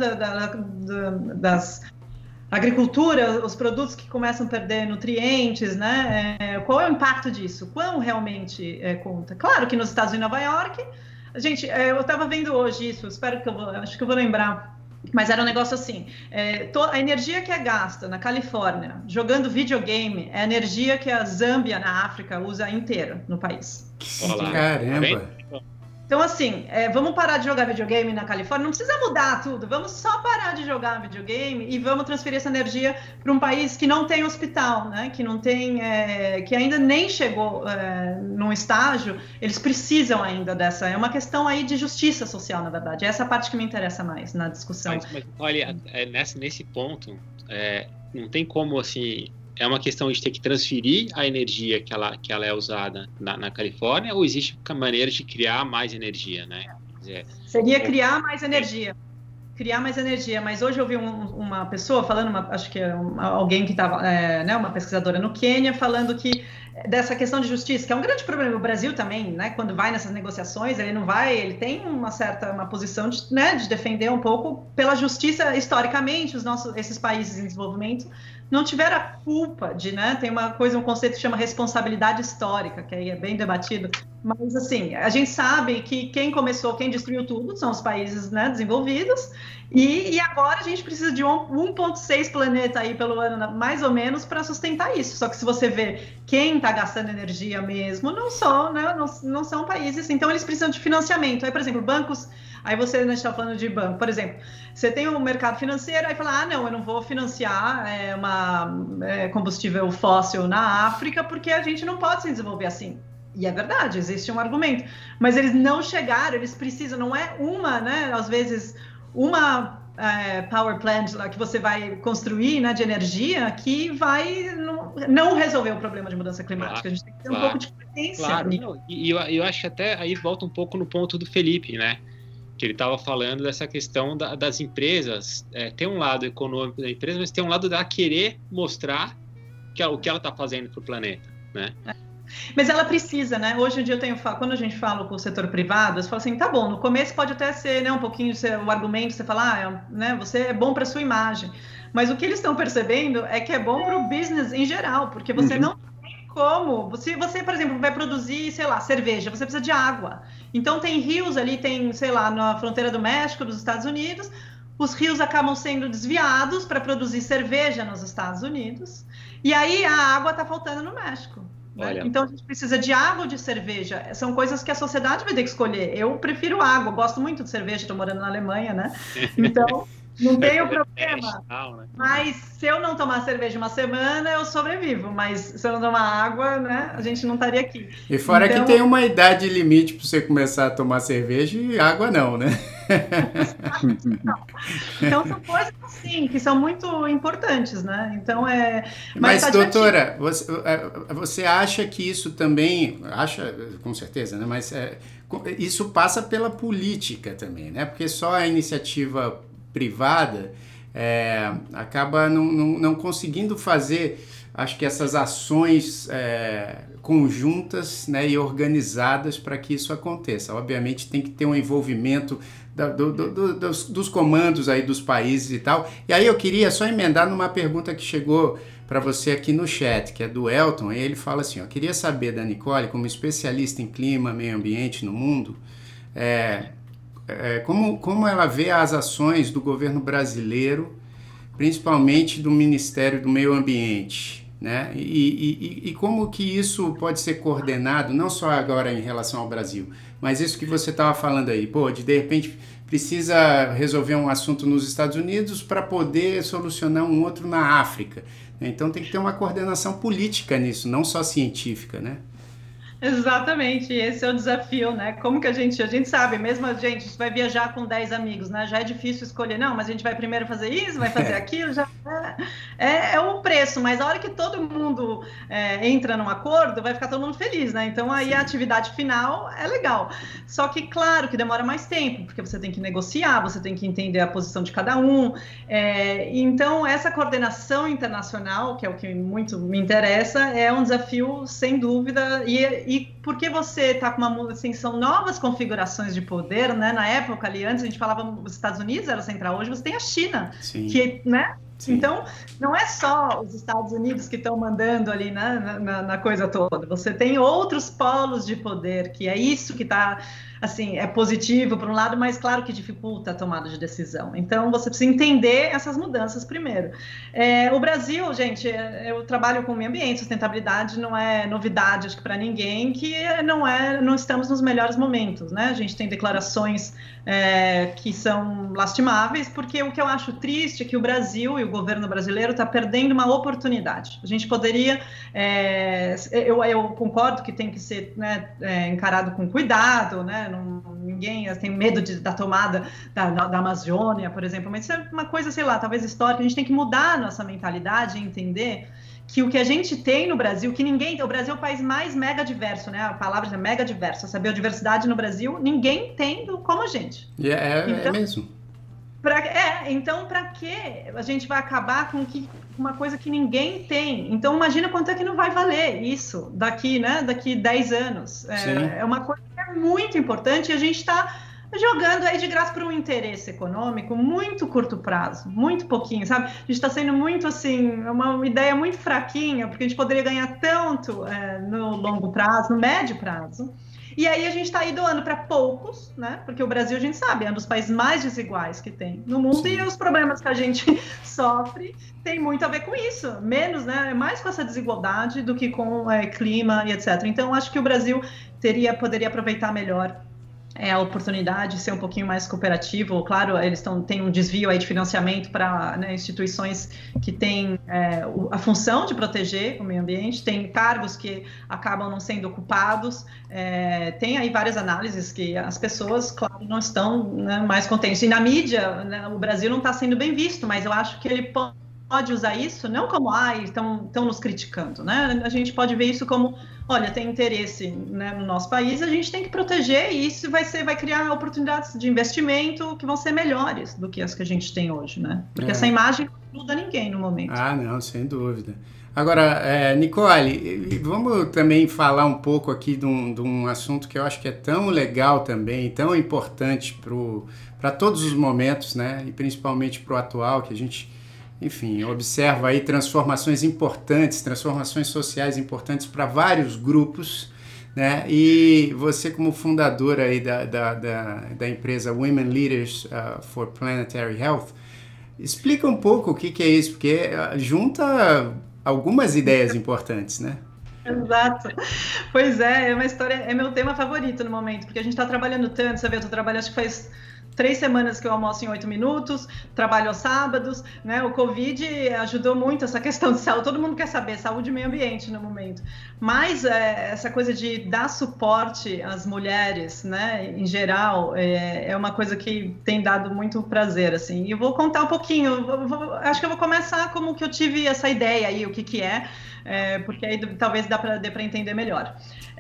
das... agricultura, os produtos que começam a perder nutrientes, né? Qual é o impacto disso? Quão realmente conta? Claro que nos Estados Unidos, em Nova York, gente, eu estava vendo hoje isso, acho que eu vou lembrar, mas era um negócio assim, a energia que é gasta na Califórnia jogando videogame é a energia que a Zâmbia, na África, usa inteira no país. Olá. Caramba! Então, assim, vamos parar de jogar videogame na Califórnia, não precisa mudar tudo, vamos só parar de jogar videogame e vamos transferir essa energia para um país que não tem hospital, né? Que não tem, que ainda nem chegou num estágio, eles precisam ainda dessa, é uma questão aí de justiça social, na verdade, é essa parte que me interessa mais na discussão. Mas olha, nesse ponto, não tem como, assim... É uma questão de ter que transferir a energia que ela é usada na Califórnia, ou existe maneira de criar mais energia, né? Seria criar mais energia. Criar mais energia, mas hoje eu vi uma pessoa falando, acho que alguém que estava, né, uma pesquisadora no Quênia, falando que dessa questão de justiça, que é um grande problema no Brasil também, né, quando vai nessas negociações, ele tem uma posição de, né, de defender um pouco pela justiça, historicamente, esses países em desenvolvimento não tiveram a culpa de, né, tem um conceito que chama responsabilidade histórica, que aí é bem debatido, mas assim, a gente sabe que quem destruiu tudo são os países, né, desenvolvidos, e agora a gente precisa de 1,6 planeta aí pelo ano, mais ou menos, para sustentar isso. Só que se você vê quem está gastando energia mesmo, não são países, então eles precisam de financiamento. Aí, por exemplo, bancos, aí você está falando de banco, por exemplo, você tem um mercado financeiro, aí fala, não, eu não vou financiar combustível fóssil na África, porque a gente não pode se desenvolver assim. E é verdade, existe um argumento, mas eles não chegaram, eles precisam, não é uma, né, às vezes, uma power plant lá que você vai construir, né, de energia, que vai não resolver o problema de mudança climática. Claro, a gente tem que ter um pouco de consciência. Claro, e eu acho que até aí volta um pouco no ponto do Felipe, né? Que ele estava falando dessa questão das empresas. Tem um lado econômico da empresa, mas tem um lado dela querer mostrar o que ela está fazendo para o planeta, né? Mas ela precisa, né? Hoje em dia quando a gente fala com o setor privado, você fala assim, tá bom, no começo pode até ser, né, um pouquinho o argumento, você fala, né, você é bom para sua imagem. Mas o que eles estão percebendo é que é bom para o business em geral, porque você não tem como. Se você, por exemplo, vai produzir, sei lá, cerveja, você precisa de água. Então tem rios ali, sei lá, na fronteira do México, dos Estados Unidos, os rios acabam sendo desviados para produzir cerveja nos Estados Unidos, e aí a água está faltando no México. Né? Então a gente precisa de água ou de cerveja. São coisas que a sociedade vai ter que escolher. Eu prefiro água, gosto muito de cerveja, estou morando na Alemanha, né? Então não tenho problema. Mas se eu não tomar cerveja uma semana, eu sobrevivo. Mas se eu não tomar água, né, a gente não estaria aqui. E fora que tem uma idade limite para você começar a tomar cerveja e água não, né? Então são coisas assim que são muito importantes, né? Então Mas doutora, você acha que isso também, acha com certeza, né? Mas isso passa pela política também, né? Porque só a iniciativa privada acaba não conseguindo fazer, acho que essas ações conjuntas, né, e organizadas para que isso aconteça. Obviamente tem que ter um envolvimento dos comandos aí dos países e tal. E aí eu queria só emendar numa pergunta que chegou para você aqui no chat, que é do Elton, e ele fala assim, eu queria saber da Nicole, como especialista em clima, meio ambiente no mundo, como ela vê as ações do governo brasileiro, principalmente do Ministério do Meio Ambiente, né? E como que isso pode ser coordenado, não só agora em relação ao Brasil, mas isso que você estava falando aí, de repente precisa resolver um assunto nos Estados Unidos para poder solucionar um outro na África. Então tem que ter uma coordenação política nisso, não só científica, né? Exatamente, esse é o desafio, né? Como que a gente sabe, mesmo a gente vai viajar com 10 amigos, né? Já é difícil escolher, não, mas a gente vai primeiro fazer isso, vai fazer aquilo, já é o preço, mas a hora que todo mundo entra num acordo, vai ficar todo mundo feliz, né? Então aí a atividade final é legal. Só que, claro, que demora mais tempo, porque você tem que negociar, você tem que entender a posição de cada um. Então, essa coordenação internacional, que é o que muito me interessa, é um desafio, sem dúvida, e porque você está com assim, são novas configurações de poder, né? Na época ali, antes a gente falava os Estados Unidos era central, hoje você tem a China, que, né? Sim. Então, não é só os Estados Unidos que estão mandando ali, né, na coisa toda. Você tem outros polos de poder, que é isso que está, assim, é positivo por um lado, mas claro que dificulta a tomada de decisão. Então, você precisa entender essas mudanças primeiro. O Brasil, gente, eu trabalho com meio ambiente, sustentabilidade não é novidade, acho que para ninguém, que não estamos nos melhores momentos, né? A gente tem declarações que são lastimáveis, porque o que eu acho triste é que o Brasil e o governo brasileiro está perdendo uma oportunidade. A gente poderia, eu concordo que tem que ser, né, encarado com cuidado, né? Ninguém tem medo da tomada da Amazônia, por exemplo, mas isso é uma coisa, sei lá, talvez histórica. A gente tem que mudar a nossa mentalidade e entender que o que a gente tem no Brasil, o Brasil é o país mais mega diverso, né? A palavra é mega diverso. Essa biodiversidade no Brasil, ninguém tem como a gente. É mesmo. Então, para que a gente vai acabar com uma coisa que ninguém tem? Então, imagina quanto é que não vai valer isso daqui 10 anos. É uma coisa que é muito importante e a gente está jogando aí de graça para um interesse econômico muito curto prazo, muito pouquinho, sabe? A gente está sendo muito, assim, uma ideia muito fraquinha, porque a gente poderia ganhar tanto no longo prazo, no médio prazo. E aí a gente está aí doando para poucos, né? Porque o Brasil, a gente sabe, é um dos países mais desiguais que tem no mundo. Sim. E os problemas que a gente sofre tem muito a ver com isso. Menos, né? Mais com essa desigualdade do que com clima e etc. Então, acho que o Brasil poderia aproveitar melhor a oportunidade de ser um pouquinho mais cooperativo. Claro, eles têm um desvio aí de financiamento para, né, instituições que têm a função de proteger o meio ambiente, tem cargos que acabam não sendo ocupados, tem aí várias análises que as pessoas, claro, não estão, né, mais contentes. E na mídia, né, o Brasil não está sendo bem visto, mas eu acho que ele pode usar isso não como, estão nos criticando, né? A gente pode ver isso como, olha, tem interesse, né, no nosso país, a gente tem que proteger, e isso vai criar oportunidades de investimento que vão ser melhores do que as que a gente tem hoje, né? Porque essa imagem não ajuda ninguém no momento. Não, sem dúvida. Agora, Nicole, vamos também falar um pouco aqui de um assunto que eu acho que é tão legal também, tão importante para todos os momentos, né? E principalmente para o atual, que a gente, enfim, observa aí transformações importantes, transformações sociais importantes para vários grupos, né? E você, como fundadora aí da empresa Women Leaders for Planetary Health, explica um pouco o que é isso, porque junta algumas ideias importantes, né? Exato. Pois é uma história, é meu tema favorito no momento, porque a gente está trabalhando tanto, você vê, eu estou trabalhando, acho que faz 3 semanas que eu almoço em 8 minutos, trabalho aos sábados, né? O Covid ajudou muito essa questão de saúde, todo mundo quer saber, saúde e meio ambiente no momento. Mas essa coisa de dar suporte às mulheres, né, em geral, é uma coisa que tem dado muito prazer, assim. E eu vou contar um pouquinho, acho que eu vou começar como que eu tive essa ideia aí, o que é, porque aí talvez dê para entender melhor.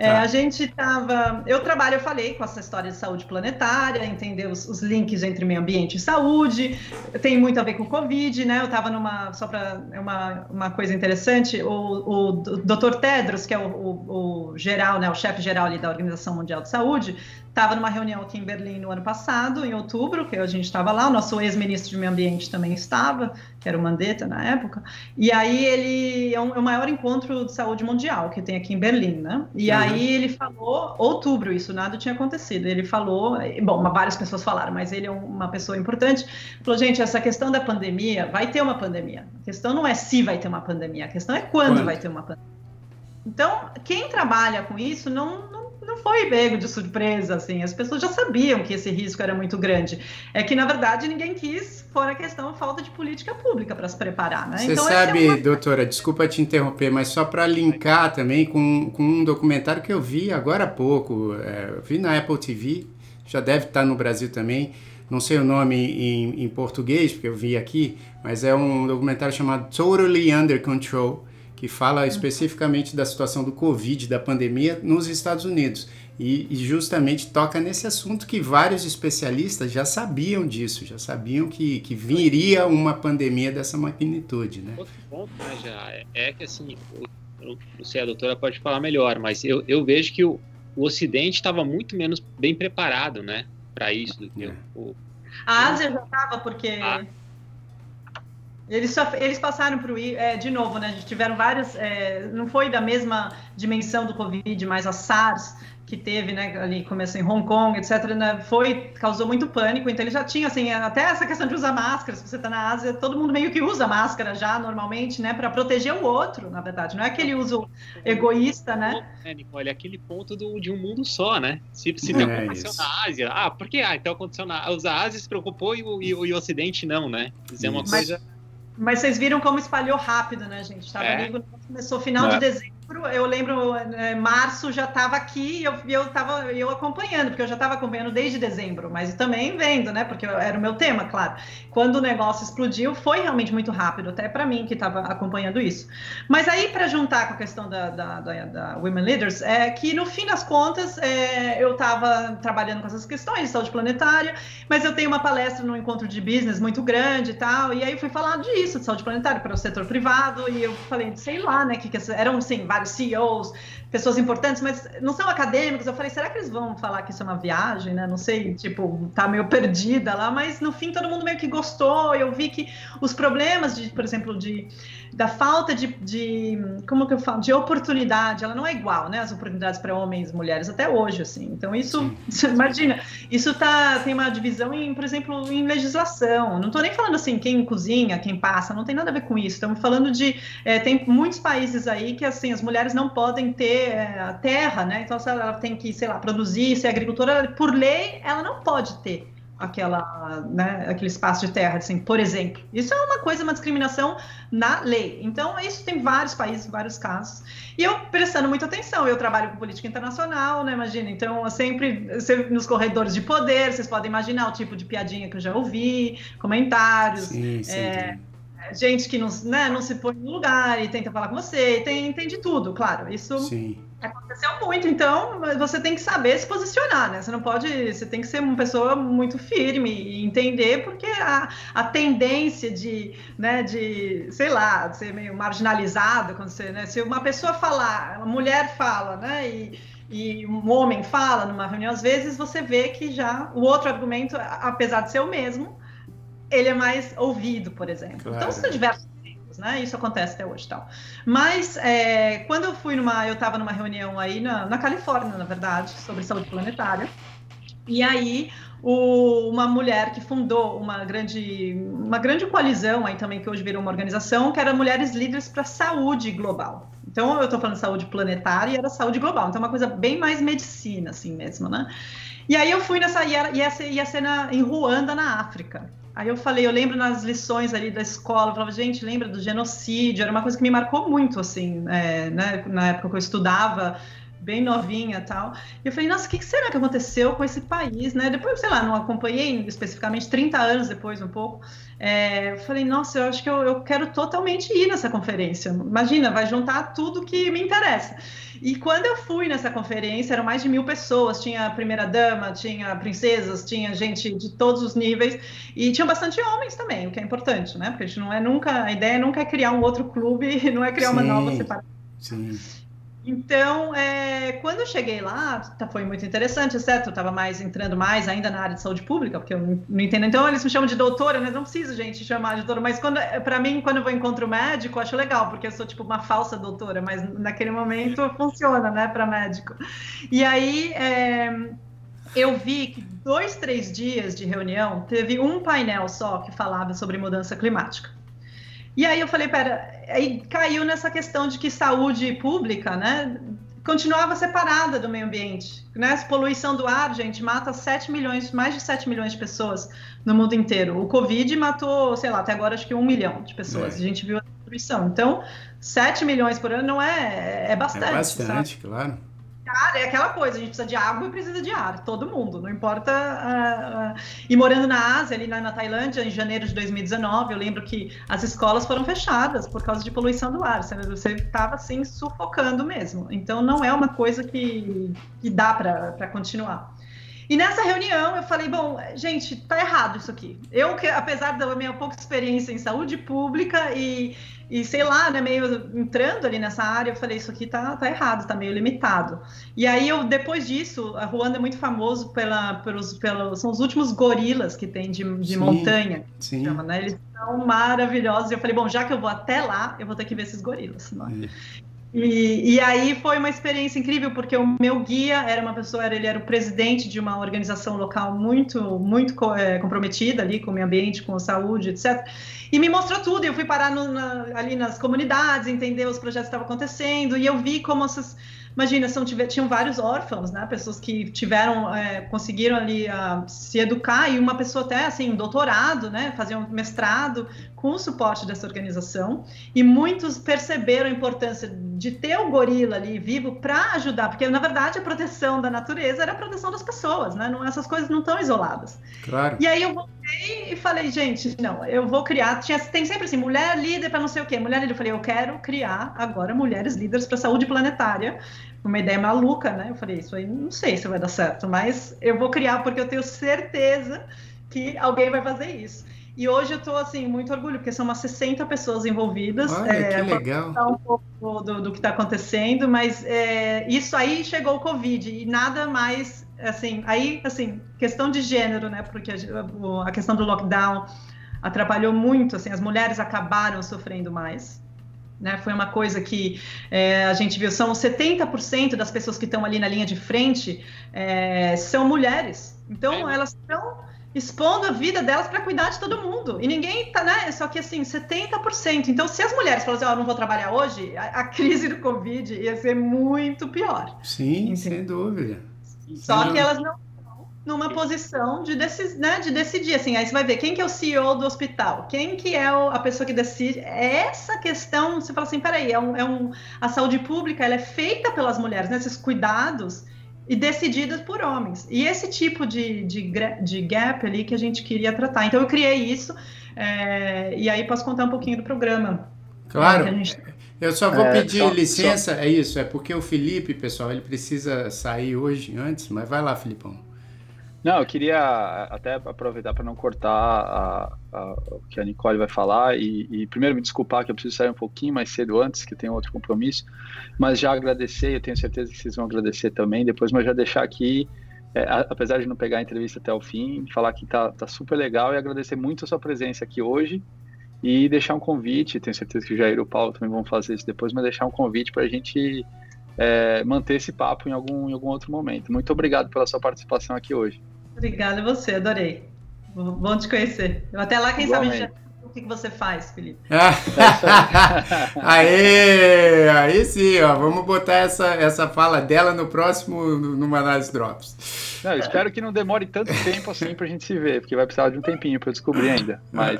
Eu falei com essa história de saúde planetária, entender os links entre meio ambiente e saúde, tem muito a ver com o Covid, né? Eu estava só para uma coisa interessante, o Dr. Tedros, que é o geral, né, o chefe geral ali da Organização Mundial de Saúde, estava numa reunião aqui em Berlim no ano passado, em outubro, que a gente estava lá, o nosso ex-ministro de Meio Ambiente também estava, que era o Mandetta na época, e aí ele é o maior encontro de saúde mundial que tem aqui em Berlim, né? E aí ele falou, outubro, isso nada tinha acontecido, ele falou, bom, várias pessoas falaram, mas ele é uma pessoa importante, falou, gente, essa questão da pandemia, vai ter uma pandemia, a questão não é se vai ter uma pandemia, a questão é quando vai ter uma pandemia. Então, quem trabalha com isso não foi pego de surpresa, assim, as pessoas já sabiam que esse risco era muito grande. É que, na verdade, ninguém quis, fora a questão falta de política pública para se preparar, né? Você sabe, doutora, desculpa te interromper, mas só para linkar também com um documentário que eu vi agora há pouco, eu vi na Apple TV, já deve estar no Brasil também, não sei o nome em português, porque eu vi aqui, mas é um documentário chamado Totally Under Control, que fala especificamente da situação do Covid, da pandemia nos Estados Unidos. E justamente toca nesse assunto que vários especialistas já sabiam disso, já sabiam que viria uma pandemia dessa magnitude, né? Outro ponto, né, já é que assim, eu não sei, a doutora pode falar melhor, mas eu vejo que o Ocidente estava muito menos bem preparado, né, para isso do que A Ásia já estava, porque... Eles passaram por de novo, né? Tiveram várias, não foi da mesma dimensão do Covid, mas a SARS que teve, né? Ali começou em Hong Kong, etc. Né, causou muito pânico. Então eles já tinham, assim, até essa questão de usar máscara. Se você está na Ásia, todo mundo meio que usa máscara já normalmente, né? Para proteger o outro, na verdade. Não é aquele uso egoísta, né? Nicole, é aquele ponto de um mundo só, né? Se não aconteceu na Ásia, por que? Então aconteceu na Ásia. A Ásia se preocupou e o Ocidente não, né? Isso é uma coisa. Mas vocês viram como espalhou rápido, né, gente? Estava ali, começou final de dezembro, eu lembro, março já estava aqui e eu acompanhando, porque eu já estava acompanhando desde dezembro, mas também vendo, né, porque era o meu tema, claro. Quando o negócio explodiu, foi realmente muito rápido, até para mim que estava acompanhando isso. Mas aí, para juntar com a questão da Women Leaders, que no fim das contas, eu estava trabalhando com essas questões de saúde planetária, mas eu tenho uma palestra no encontro de business muito grande e tal, e aí eu fui falar disso, de saúde planetária para o setor privado, e eu falei, sei lá, né, eram, sim, vários CEOs, pessoas importantes, mas não são acadêmicos. Eu falei, será que eles vão falar que isso é uma viagem, né? Não sei, tipo, tá meio perdida lá, mas no fim todo mundo meio que gostou. Eu vi que os problemas, por exemplo, da falta como que eu falo, de oportunidade, ela não é igual, né? As oportunidades para homens e mulheres até hoje, assim. Então isso, imagina, isso tem uma divisão por exemplo, em legislação. Não tô nem falando assim, quem cozinha, quem passa, não tem nada a ver com isso. Estamos falando tem muitos países aí que, assim, as mulheres não podem ter terra, né? Então, se ela tem que, sei lá, produzir, ser agricultora, por lei, ela não pode ter aquele espaço de terra, assim, por exemplo. Isso é uma discriminação na lei. Então, isso tem vários países, vários casos. E eu prestando muita atenção, eu trabalho com política internacional, né, imagina, então eu sempre nos corredores de poder, vocês podem imaginar o tipo de piadinha que eu já ouvi, comentários, sim. Gente que não se põe no lugar e tenta falar com você, tem de tudo, claro, isso... Sim. Aconteceu muito, então você tem que saber se posicionar, né? Você tem que ser uma pessoa muito firme e entender, porque a tendência de, sei lá, de ser meio marginalizada, quando você, né? Se uma pessoa falar, uma mulher fala, né? E um homem fala numa reunião, às vezes você vê que já o outro argumento, apesar de ser o mesmo, ele é mais ouvido, por exemplo. Claro. Então, são diversos exemplos, né? Isso acontece até hoje, tal. Mas, quando eu estava numa reunião aí na Califórnia, na verdade, sobre saúde planetária, e aí uma mulher que fundou uma grande coalizão aí também, que hoje virou uma organização, que era Mulheres Líderes para Saúde Global. Então, eu estou falando de saúde planetária e era saúde global. Então, é uma coisa bem mais medicina, assim mesmo, né? E aí eu fui ia ser em Ruanda, na África. Aí eu lembro nas lições ali da escola, eu falava, gente, lembra do genocídio? Era uma coisa que me marcou muito, assim, né? Na época que eu estudava, bem novinha e tal. E eu falei, nossa, o que será que aconteceu com esse país, né? Depois, sei lá, não acompanhei especificamente, 30 anos depois, um pouco. Eu falei, nossa, eu acho que eu quero totalmente ir nessa conferência. Imagina, vai juntar tudo que me interessa. E quando eu fui nessa conferência, eram mais de 1000 pessoas, tinha primeira-dama, tinha princesas, tinha gente de todos os níveis, e tinha bastante homens também, o que é importante, né? Porque a ideia nunca é criar um outro clube, não é criar uma nova separação. Sim. Então, quando eu cheguei lá, foi muito interessante, certo? Eu estava entrando mais ainda na área de saúde pública, porque eu não entendo. Então, eles me chamam de doutora, né? Não preciso, gente, chamar de doutora. Mas, para mim, quando eu encontro o médico, eu acho legal, porque eu sou, tipo, uma falsa doutora. Mas, naquele momento, funciona, né, para médico. E aí, eu vi que 2, 3 dias de reunião, teve um painel só que falava sobre mudança climática. E aí eu falei, aí caiu nessa questão de que saúde pública, né, continuava separada do meio ambiente, né? Poluição do ar, gente, mata mais de 7 milhões de pessoas no mundo inteiro. O Covid matou, sei lá, até agora acho que 1 milhão de pessoas. A gente viu a destruição. Então, 7 milhões por ano não é bastante. É bastante, sabe? Claro. Cara, é aquela coisa, a gente precisa de água e precisa de ar, todo mundo, não importa. E morando na Ásia, ali na Tailândia, em janeiro de 2019, eu lembro que as escolas foram fechadas por causa de poluição do ar, você estava assim sufocando mesmo. Então não é uma coisa que dá para continuar. E nessa reunião eu falei, bom, gente, tá errado isso aqui. Apesar da minha pouca experiência em saúde pública e sei lá, né, meio entrando ali nessa área, eu falei, isso aqui tá errado, tá meio limitado. E aí, depois disso, a Ruanda é muito famoso são os últimos gorilas que tem de montanha, sim. Chama, né? Eles são maravilhosos. E eu falei, bom, já que eu vou até lá, eu vou ter que ver esses gorilas. Né? E aí foi uma experiência incrível, porque o meu guia era uma pessoa, ele era o presidente de uma organização local muito, muito comprometida ali com o meio ambiente, com a saúde, etc. E me mostrou tudo, e eu fui parar ali nas comunidades, entender os projetos que estavam acontecendo, e eu vi como imagina, tinham vários órfãos, né? Pessoas que conseguiram ali se educar, e uma pessoa até, assim, um doutorado, né? Fazer um mestrado com o suporte dessa organização, e muitos perceberam a importância de ter o gorila ali vivo para ajudar, porque, na verdade, a proteção da natureza era a proteção das pessoas, né? Essas coisas não estão isoladas. Claro. E aí eu voltei e falei, gente, não, eu vou criar, tem sempre assim, mulher líder para não sei o quê, mulher líder, eu falei, eu quero criar agora mulheres líderes para saúde planetária, uma ideia maluca, né? Eu falei, isso aí não sei se vai dar certo, mas eu vou criar porque eu tenho certeza que alguém vai fazer isso. E hoje eu estou, assim, muito orgulho, porque são umas 60 pessoas envolvidas. Olha, que legal. Vou um pouco do que está acontecendo, mas isso aí chegou o Covid, e nada mais, assim, questão de gênero, né? Porque a questão do lockdown atrapalhou muito, assim, as mulheres acabaram sofrendo mais. Né, foi uma coisa que a gente viu, são 70% das pessoas que estão ali na linha de frente são mulheres, então elas estão expondo a vida delas para cuidar de todo mundo. E ninguém tá, né? Só que assim, 70%. Então, se as mulheres falam assim, não vou trabalhar hoje, a crise do Covid ia ser muito pior. Sim, sem dúvida. Só que elas não estão numa posição de decidir, assim, aí você vai ver quem que é o CEO do hospital, quem que é a pessoa que decide. Essa questão, você fala assim, peraí, a saúde pública, ela é feita pelas mulheres, né? Esses cuidados e decididas por homens. E esse tipo de gap ali que a gente queria tratar. Então, eu criei isso, e aí posso contar um pouquinho do programa. Claro, eu só vou pedir licença, é isso, é porque o Felipe, pessoal, ele precisa sair hoje, antes, mas vai lá, Filipão. Não, eu queria até aproveitar para não cortar o que a Nicole vai falar e primeiro me desculpar que eu preciso sair um pouquinho mais cedo antes, que tem outro compromisso, mas já agradecer, eu tenho certeza que vocês vão agradecer também depois, mas já deixar aqui, apesar de não pegar a entrevista até o fim, falar que tá super legal e agradecer muito a sua presença aqui hoje e deixar um convite, tenho certeza que o Jair e o Paulo também vão fazer isso depois, mas deixar um convite para a gente manter esse papo em algum outro momento. Muito obrigado pela sua participação aqui hoje. Obrigada a você, adorei. Bom te conhecer. Até lá, quem sabe já o que você faz, Felipe. Aí sim, ó, vamos botar essa fala dela no próximo, no Manaus Drops. Não, eu espero que não demore tanto tempo assim pra gente se ver, porque vai precisar de um tempinho pra eu descobrir ainda, mas...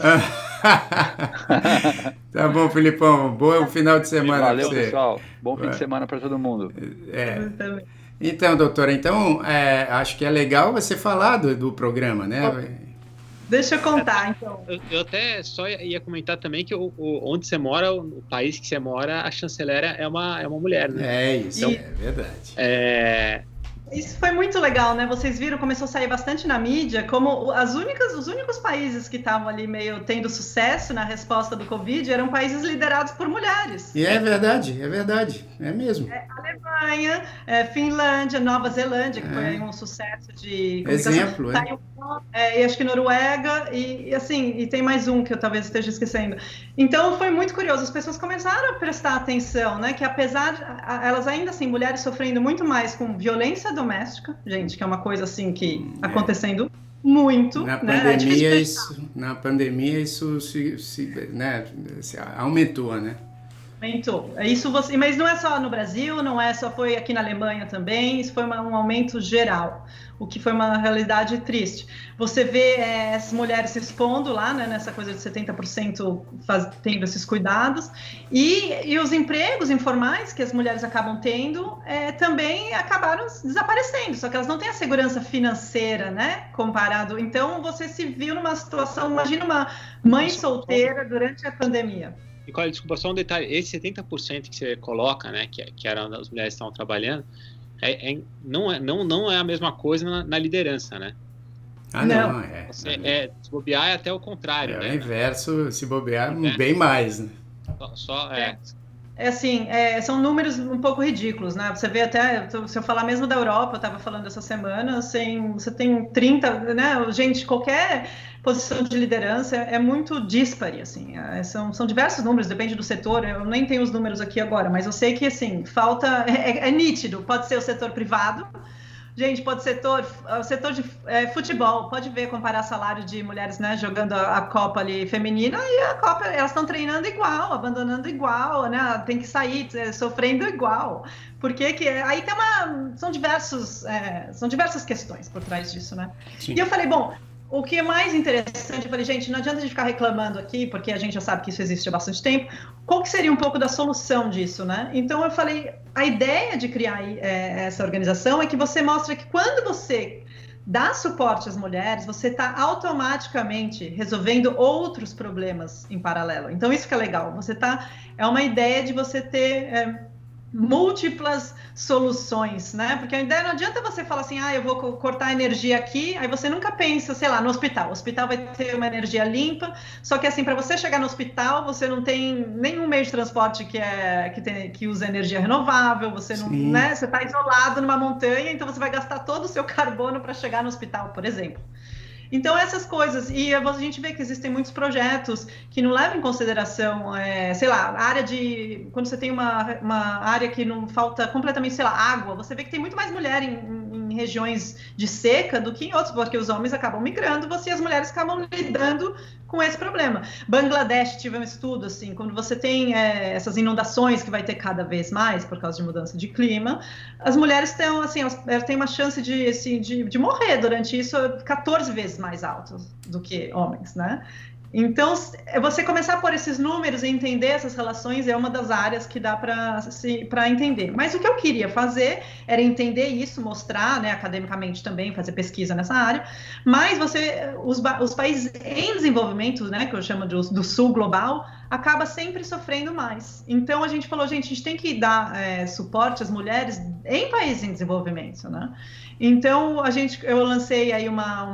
Tá bom, Filipão, bom final de semana. Valeu, pessoal. Bom fim de semana para todo mundo. Então, doutora, acho que é legal você falar do programa, né? Deixa eu contar, então. Eu até só ia comentar também que onde você mora, o país que você mora, a chanceler é uma mulher, né? Isso, então, é verdade. Isso foi muito legal, né? Vocês viram, começou a sair bastante na mídia, como os únicos países que estavam ali meio tendo sucesso na resposta do Covid eram países liderados por mulheres. E é verdade, é mesmo. Alemanha, Finlândia, Nova Zelândia, que foi um sucesso de exemplo, e acho que Noruega, e tem mais um que eu talvez esteja esquecendo. Então foi muito curioso, as pessoas começaram a prestar atenção, né? Que apesar, elas ainda assim, mulheres sofrendo muito mais com violência doméstica, gente, que é uma coisa assim que acontecendo muito, na né? Pandemia isso se aumentou, né? Aumentou. Mas não é só no Brasil, foi aqui na Alemanha também, isso foi um aumento geral, o que foi uma realidade triste. Você vê essas mulheres se expondo lá, né, nessa coisa de 70% tendo esses cuidados, e os empregos informais que as mulheres acabam tendo também acabaram desaparecendo, só que elas não têm a segurança financeira, né, comparado. Então, você se viu numa situação, imagina uma mãe solteira durante a pandemia. Nicole, desculpa, só um detalhe. Esse 70% que você coloca, né, que eram as mulheres que estavam trabalhando, não é a mesma coisa na liderança, né? Não. Se bobear é até o contrário, né? É o inverso, se bobear, bem mais, né? São números um pouco ridículos, né? Você vê até, se eu falar mesmo da Europa, eu estava falando essa semana, você tem 30, né? Gente, qualquer posição de liderança é muito díspare, assim, são diversos números, depende do setor, eu nem tenho os números aqui agora, mas eu sei que, assim, falta, é nítido, pode ser o setor privado, gente, pode ser o setor de futebol, pode ver, comparar salário de mulheres, né, jogando a Copa ali feminina, e a Copa, elas estão treinando igual, abandonando igual, né, tem que sair, sofrendo igual, porque aí são diversas questões por trás disso, né. Sim. E eu falei, bom, o que é mais interessante, eu falei, gente, não adianta a gente ficar reclamando aqui, porque a gente já sabe que isso existe há bastante tempo, qual que seria um pouco da solução disso, né? Então eu falei, a ideia de criar essa organização é que você mostra que quando você dá suporte às mulheres, você está automaticamente resolvendo outros problemas em paralelo. Então isso que é legal, é uma ideia de você ter múltiplas soluções, né? Porque a ideia não adianta você falar assim, eu vou cortar a energia aqui, aí você nunca pensa, sei lá, no hospital. O hospital vai ter uma energia limpa, só que assim, para você chegar no hospital, você não tem nenhum meio de transporte que usa energia renovável, você não, né? Você está isolado numa montanha, então você vai gastar todo o seu carbono para chegar no hospital, por exemplo. Então, essas coisas, e a gente vê que existem muitos projetos que não levam em consideração, sei lá, a área de... Quando você tem uma área que não falta completamente, sei lá, água, você vê que tem muito mais mulher em regiões de seca do que em outros, porque os homens acabam migrando, e as mulheres acabam lidando com esse problema. Bangladesh, tive um estudo, assim, quando você tem essas inundações que vai ter cada vez mais por causa de mudança de clima, as mulheres têm, assim, elas têm uma chance de morrer durante isso 14 vezes mais alto do que homens, né? Então, você começar a pôr esses números e entender essas relações é uma das áreas que dá para entender. Mas o que eu queria fazer era entender isso, mostrar, né, academicamente também, fazer pesquisa nessa área, mas os países em desenvolvimento, né, que eu chamo do sul global, acaba sempre sofrendo mais. Então, a gente falou, gente, a gente tem que dar suporte às mulheres em países em desenvolvimento, né? Então, eu lancei aí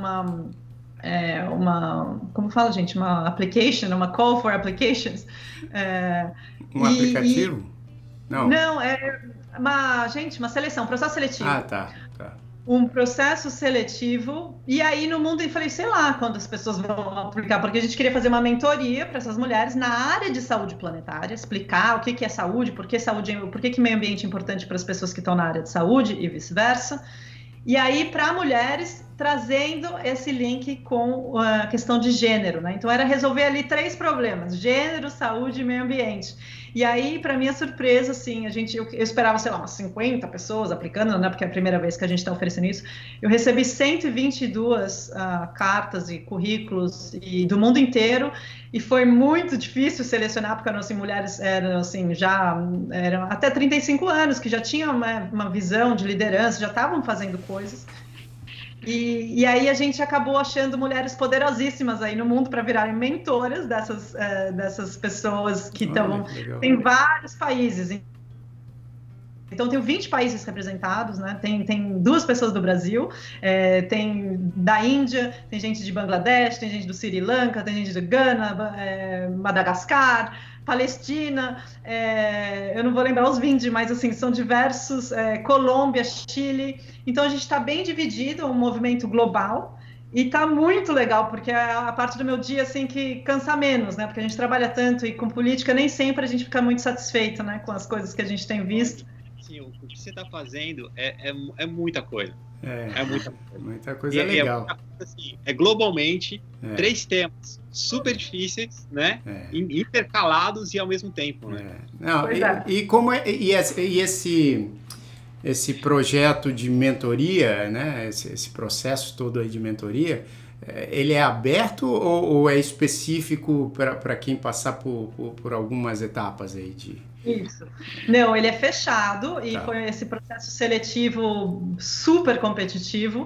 como fala, gente? Uma application, uma call for applications. Um aplicativo? Não, uma seleção, processo seletivo. Ah, tá. Um processo seletivo, e aí no mundo eu falei, sei lá, quando as pessoas vão aplicar, porque a gente queria fazer uma mentoria para essas mulheres na área de saúde planetária, explicar o que é saúde, por que meio ambiente é importante para as pessoas que estão na área de saúde e vice-versa. E aí, para mulheres, trazendo esse link com a questão de gênero, né? Então, era resolver ali 3 problemas: gênero, saúde e meio ambiente. E aí, para minha surpresa, assim, eu esperava, sei lá, umas 50 pessoas aplicando, né? Porque é a primeira vez que a gente está oferecendo isso. Eu recebi 122 cartas e currículos do mundo inteiro, e foi muito difícil selecionar, porque assim, mulheres eram até 35 anos, que já tinham uma visão de liderança, já estavam fazendo coisas. E aí a gente acabou achando mulheres poderosíssimas aí no mundo para virarem mentoras dessas pessoas que estão... Tem vários países. Então, tem 20 países representados, né? Tem 2 pessoas do Brasil, tem da Índia, tem gente de Bangladesh, tem gente do Sri Lanka, tem gente do Ghana, Madagascar, Palestina, eu não vou lembrar os 20, mas assim, são diversos, Colômbia, Chile. Então, a gente está bem dividido, um movimento global, e tá muito legal, porque é a parte do meu dia, assim, que cansa menos, né? Porque a gente trabalha tanto, e com política nem sempre a gente fica muito satisfeito, né? Com as coisas que a gente tem visto. Sim, o que você está fazendo é muita coisa. É muita coisa legal. Globalmente, 3 temas super difíceis, né? Intercalados e ao mesmo tempo, né? Esse projeto de mentoria, né? Esse processo todo aí de mentoria, ele é aberto ou é específico para quem passar por algumas etapas aí de... Isso. Não, ele é fechado e foi esse processo seletivo super competitivo.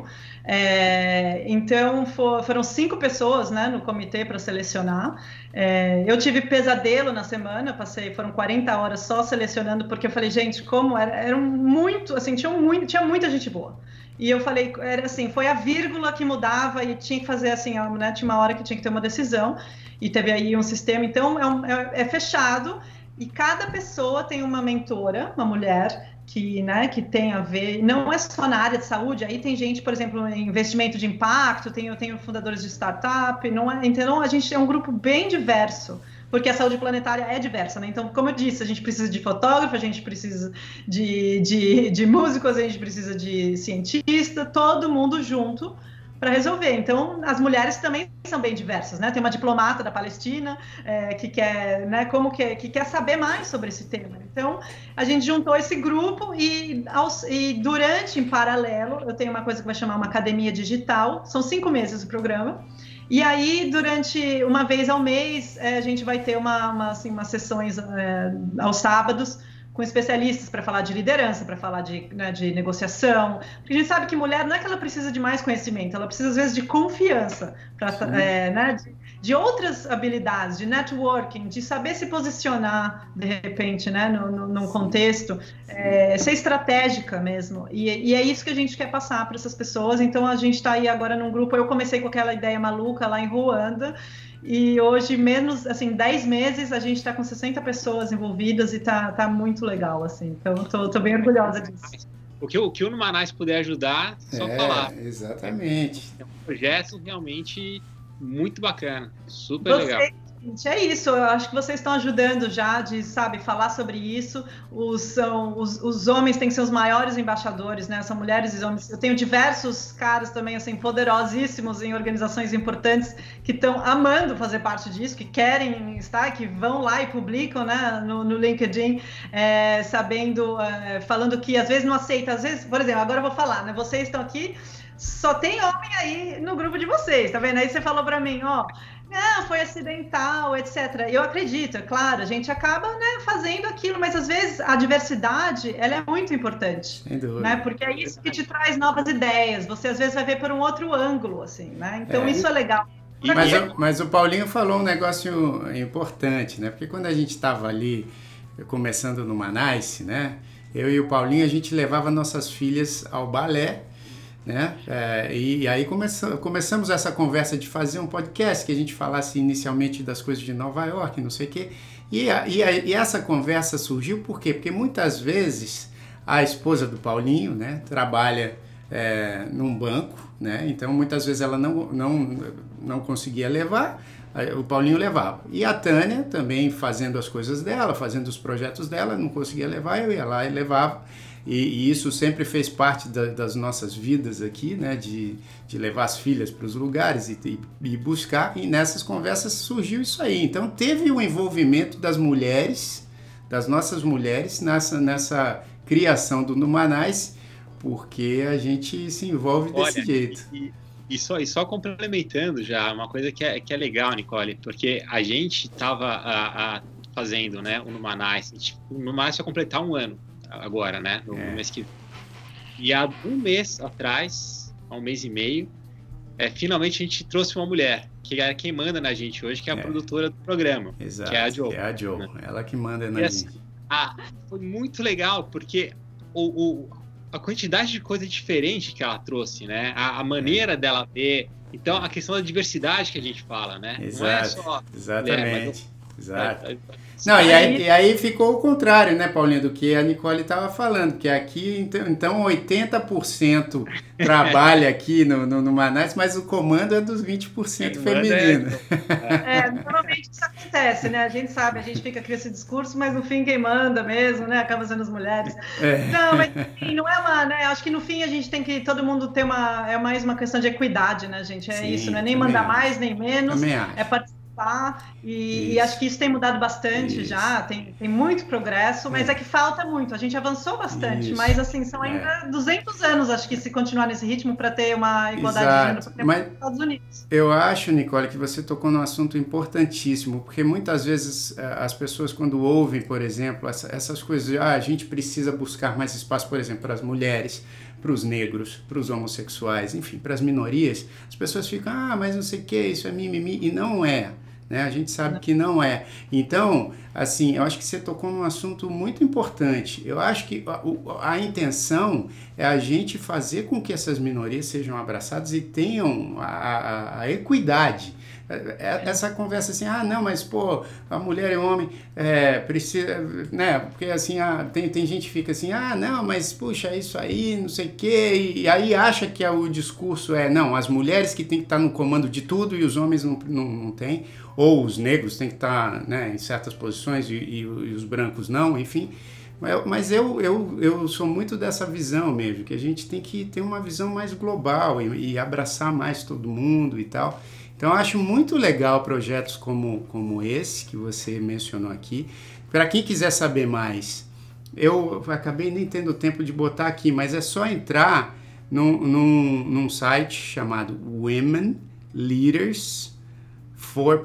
Então, foram 5 pessoas, né, no comitê para selecionar. Eu tive pesadelo na semana, foram 40 horas só selecionando, porque eu falei, gente, como eram muito, assim, tinha muita gente boa. E eu falei, era assim, foi a vírgula que mudava e tinha que fazer assim, né, tinha uma hora que tinha que ter uma decisão e teve aí um sistema. Então, é fechado. E cada pessoa tem uma mentora, uma mulher, que tem a ver, não é só na área de saúde, aí tem gente, por exemplo, em investimento de impacto, eu tenho fundadores de startup, então a gente é um grupo bem diverso, porque a saúde planetária é diversa, né? Então, como eu disse, a gente precisa de fotógrafo, a gente precisa de músicos, a gente precisa de cientista, todo mundo junto para resolver. Então, as mulheres também são bem diversas, né? Tem uma diplomata da Palestina que quer, né, que quer saber mais sobre esse tema. Então, a gente juntou esse grupo e durante, em paralelo, eu tenho uma coisa que vai chamar uma academia digital. São 5 meses o programa. E aí, durante uma vez ao mês, a gente vai ter umas sessões aos sábados, com especialistas para falar de liderança, para falar de negociação, porque a gente sabe que mulher não é que ela precisa de mais conhecimento, ela precisa às vezes de confiança, de outras habilidades, de networking, de saber se posicionar de repente, né, num contexto, ser estratégica mesmo, e é isso que a gente quer passar para essas pessoas. Então a gente está aí agora num grupo, eu comecei com aquela ideia maluca lá em Ruanda, e hoje, 10 meses, a gente está com 60 pessoas envolvidas e tá muito legal, assim. Então, tô bem orgulhosa disso. o que o Numanais puder ajudar, só falar. Exatamente. É um projeto realmente muito bacana, super legal. Gente, é isso, eu acho que vocês estão ajudando já de, sabe, falar sobre isso. Os homens têm que ser os maiores embaixadores, né? São mulheres e homens. Eu tenho diversos caras também, assim, poderosíssimos em organizações importantes que estão amando fazer parte disso, que querem estar, que vão lá e publicam, né, no LinkedIn, falando que às vezes não aceita, às vezes, por exemplo, agora eu vou falar, né? Vocês estão aqui, só tem homem aí no grupo de vocês, tá vendo? Aí você falou para mim, foi acidental, etc. Eu acredito, é claro, a gente acaba, né, fazendo aquilo, mas às vezes a diversidade, ela é muito importante, né, porque é isso que te traz novas ideias, você às vezes vai ver por um outro ângulo, assim, né, então isso é legal. Mas o Paulinho falou um negócio importante, né, porque quando a gente estava ali começando no Numanais, né, eu e o Paulinho, a gente levava nossas filhas ao balé, né? E aí começamos essa conversa de fazer um podcast que a gente falasse inicialmente das coisas de Nova York, não sei o quê. E essa conversa surgiu por quê? Porque muitas vezes a esposa do Paulinho, né, trabalha num banco, né? Então muitas vezes ela não conseguia levar, o Paulinho levava. E a Tânia também fazendo as coisas dela, fazendo os projetos dela, não conseguia levar, eu ia lá e levava. E isso sempre fez parte das nossas vidas aqui, né, de levar as filhas para os lugares e buscar, e nessas conversas surgiu isso aí. Então teve o envolvimento das mulheres, das nossas mulheres, nessa criação do Numanais, porque a gente se envolve desse jeito. E só complementando já, uma coisa que é legal, Nicole, porque a gente estava fazendo, né, o Numanais, o Numanais vai completar 1 ano. Agora, né? No mês que... E há 1 mês atrás, há 1 mês e meio, finalmente a gente trouxe uma mulher, que é quem manda na gente hoje, que é a produtora do programa. Exato, que é a Jo. É a Jo, né? Ela que manda na gente. Foi muito legal, porque a quantidade de coisa diferente que ela trouxe, né? A maneira dela ver. Então, a questão da diversidade que a gente fala, né? Exato, não é só... exatamente. Exato. Não, e aí ficou o contrário, né, Paulinho, do que a Nicole estava falando, que aqui, então 80% trabalha aqui no Numanais, mas o comando é dos 20% feminino. Normalmente isso acontece, né, a gente sabe, a gente fica com esse discurso, mas no fim quem manda mesmo, né, acaba sendo as mulheres. Não, mas enfim, não é uma, né, acho que no fim a gente tem que, todo mundo ter mais uma questão de equidade, né, gente, Sim, isso, não é nem mandar mais, nem menos, é participar. E acho que isso tem mudado bastante já, tem muito progresso, mas é que falta muito, a gente avançou bastante, mas assim, são ainda 200 anos, acho que se continuar nesse ritmo para ter uma igualdade de gênero nos Estados Unidos. Eu acho, Nicole, que você tocou num assunto importantíssimo, porque muitas vezes as pessoas quando ouvem, por exemplo, essas coisas, a gente precisa buscar mais espaço, por exemplo, para as mulheres, para os negros, para os homossexuais, enfim, para as minorias, as pessoas ficam, mas não sei o que, isso é mimimi, e não é. Né? A gente sabe que não é. Então, assim, eu acho que você tocou num assunto muito importante. Eu acho que a intenção é a gente fazer com que essas minorias sejam abraçadas e tenham a equidade. Essa conversa assim, não, mas pô, a mulher e o homem precisa, né, porque assim, tem gente que fica assim, não, mas puxa, isso aí, não sei o quê, e aí acha que o discurso não, as mulheres que tem que estar no comando de tudo e os homens não têm, ou os negros têm que estar, né, em certas posições e os brancos não, enfim. Mas eu sou muito dessa visão mesmo, que a gente tem que ter uma visão mais global e abraçar mais todo mundo e tal. Então, eu acho muito legal projetos como esse que você mencionou aqui. Para quem quiser saber mais, eu acabei nem tendo tempo de botar aqui, mas é só entrar num site chamado Women Leaders for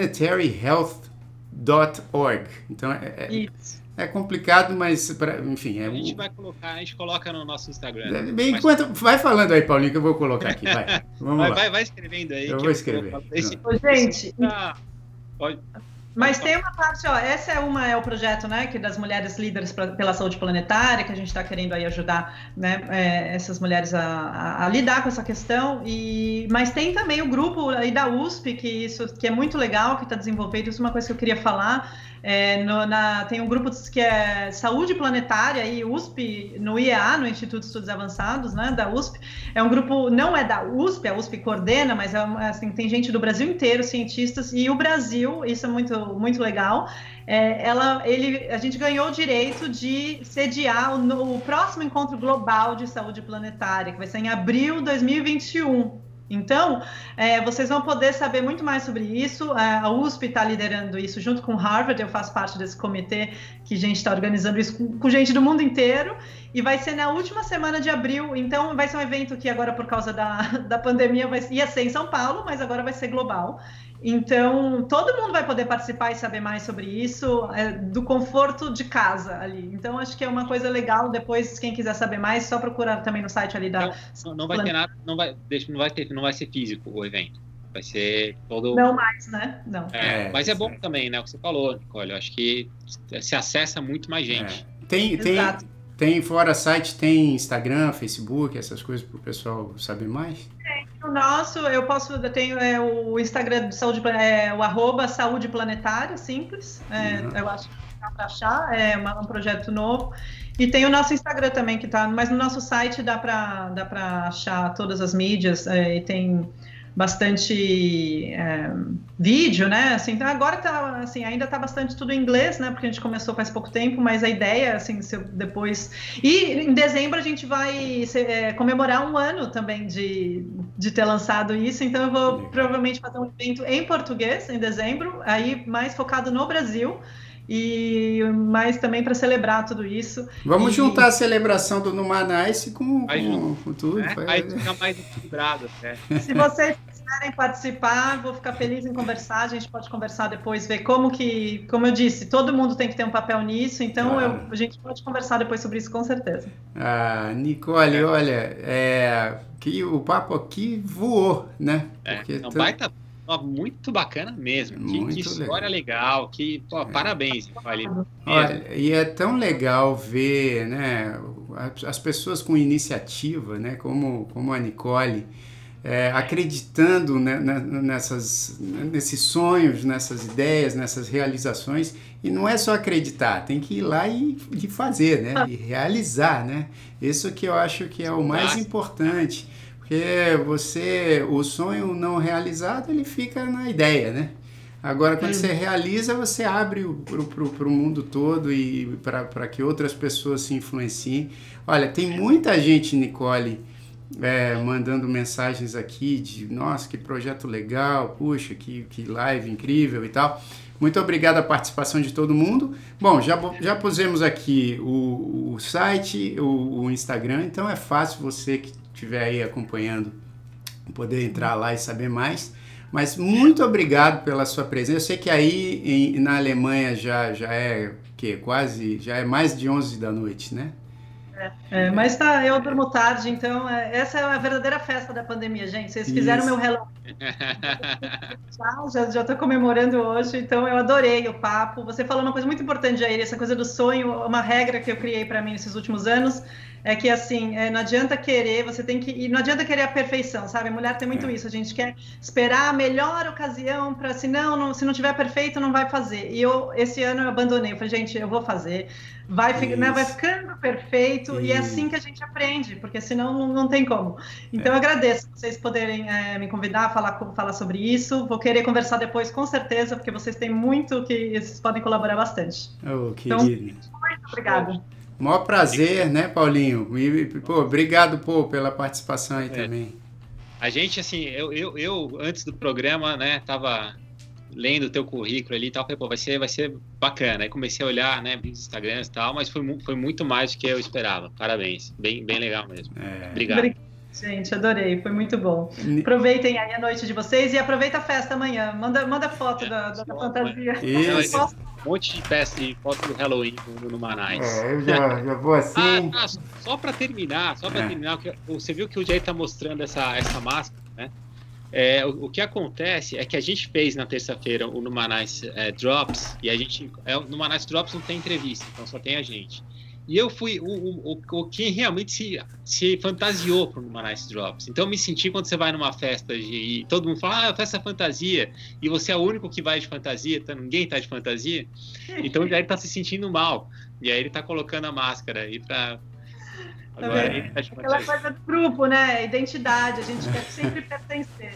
planetaryhealth.org. Então, é complicado, mas, enfim... A gente vai colocar, a gente coloca no nosso Instagram. Vai falando aí, Paulinho, que eu vou colocar aqui. Vamos lá. Vai escrevendo aí. Eu vou escrever. Gente... Mas tem uma parte, essa é o projeto, né, que das mulheres líderes pela saúde planetária, que a gente está querendo aí ajudar, né, essas mulheres a lidar com essa questão. Mas tem também o grupo aí da USP, que é muito legal, que está desenvolvendo. Isso é uma coisa que eu queria falar. Tem um grupo que é Saúde Planetária, aí, USP, no IEA, no Instituto de Estudos Avançados, né, da USP. É um grupo, não é da USP, a USP coordena, mas assim, tem gente do Brasil inteiro, cientistas, e o Brasil, isso é muito, muito legal, a gente ganhou o direito de sediar o próximo encontro global de saúde planetária, que vai ser em abril de 2021. Então, vocês vão poder saber muito mais sobre isso. A USP está liderando isso junto com Harvard. Eu faço parte desse comitê que a gente está organizando isso com gente do mundo inteiro. E vai ser na última semana de abril. Então, vai ser um evento que agora, por causa da pandemia, ia ser em São Paulo, mas agora vai ser global. Então, todo mundo vai poder participar e saber mais sobre isso, do conforto de casa ali. Então, acho que é uma coisa legal. Depois, quem quiser saber mais, só procurar também no site ali da... Não vai ter nada, não vai ser físico o evento. Vai ser todo... Não mais, né? Não. Mas é bom também, né? O que você falou, Nicole. Eu acho que se acessa muito mais gente. Tem fora site, tem Instagram, Facebook, essas coisas para o pessoal saber mais? O nosso, eu tenho o Instagram de saúde, o @saúde planetária, simples. Eu acho que dá para achar, um projeto novo. E tem o nosso Instagram também, que tá, mas no nosso site dá para achar todas as mídias, e tem bastante vídeo, né? Assim, então agora tá, assim, ainda tá bastante tudo em inglês, né? Porque a gente começou faz pouco tempo, mas a ideia, assim, depois... E em dezembro a gente vai comemorar 1 ano também de ter lançado isso, então eu vou provavelmente fazer um evento em português em dezembro, aí mais focado no Brasil, e mais também para celebrar tudo isso. Vamos juntar a celebração do Numanice com tudo. Aí fica mais equilibrado. Se vocês quiserem participar, vou ficar feliz em conversar. A gente pode conversar depois, ver como eu disse, todo mundo tem que ter um papel nisso, então a gente pode conversar depois sobre isso, com certeza. Nicole, olha, que o papo aqui voou, né? Baita... Muito bacana mesmo. Que história legal. Parabéns, Nicole. Olha, e é tão legal ver, né, as pessoas com iniciativa, né, como a Nicole, acreditando, né, nesses sonhos, nessas ideias, nessas realizações. E não é só acreditar, tem que ir lá e fazer, né, e realizar, né? Isso que eu acho que é o mais importante. Porque o sonho não realizado, ele fica na ideia, né? Agora, quando você realiza, você abre para o mundo todo e para que outras pessoas se influenciem. Olha, tem muita gente, Nicole, mandando mensagens aqui de, nossa, que projeto legal, puxa, que live incrível e tal. Muito obrigado a participação de todo mundo. Bom, já pusemos aqui o site, o Instagram, então é fácil você que estiver aí acompanhando poder entrar lá e saber mais. Mas muito obrigado pela sua presença. Eu sei que aí na Alemanha já é mais de 11 da noite, né? Mas eu durmo tarde, então essa é a verdadeira festa da pandemia, gente. Vocês fizeram o meu relógio. Já estou comemorando hoje, então eu adorei o papo. Você falou uma coisa muito importante, Jair, essa coisa do sonho, uma regra que eu criei para mim nesses últimos anos, é que assim, não adianta querer, e não adianta querer a perfeição, sabe? A mulher tem muito isso, a gente quer esperar a melhor ocasião para, se não tiver perfeito, não vai fazer. E esse ano eu abandonei, eu falei, gente, eu vou fazer, vai ficando perfeito, e é assim que a gente aprende, porque senão não tem como. Então eu agradeço vocês poderem me convidar, falar sobre isso, vou querer conversar depois, com certeza, porque vocês têm muito que vocês podem colaborar bastante. Então, muito obrigada. Maior prazer, né, Paulinho? E, obrigado, pela participação aí também. A gente, assim, eu antes do programa, né, tava lendo o teu currículo ali e tal, falei, vai ser bacana. Aí comecei a olhar, né, os Instagrams e tal, mas foi muito mais do que eu esperava. Parabéns, bem legal mesmo. Obrigado. Gente, adorei, foi muito bom. Aproveitem aí a noite de vocês e aproveita a festa amanhã. Manda foto da fantasia. Isso. Um monte de festa e foto do Halloween no Numanice. Eu já vou assim. Só para terminar, você viu que o Jair tá mostrando essa máscara, né? O que acontece é que a gente fez na terça-feira o Numanais Drops, e a gente. No Numanais Drops não tem entrevista, então só tem a gente. E eu fui quem realmente se fantasiou para o Numanais Drops. Então eu me senti quando você vai numa festa e todo mundo fala, festa fantasia, e você é o único que vai de fantasia, então ninguém está de fantasia. Então ele está se sentindo mal. E aí ele está colocando a máscara aí para. Agora ele tá de fantasia. Aquela coisa do grupo, né? Identidade, a gente quer sempre pertencer.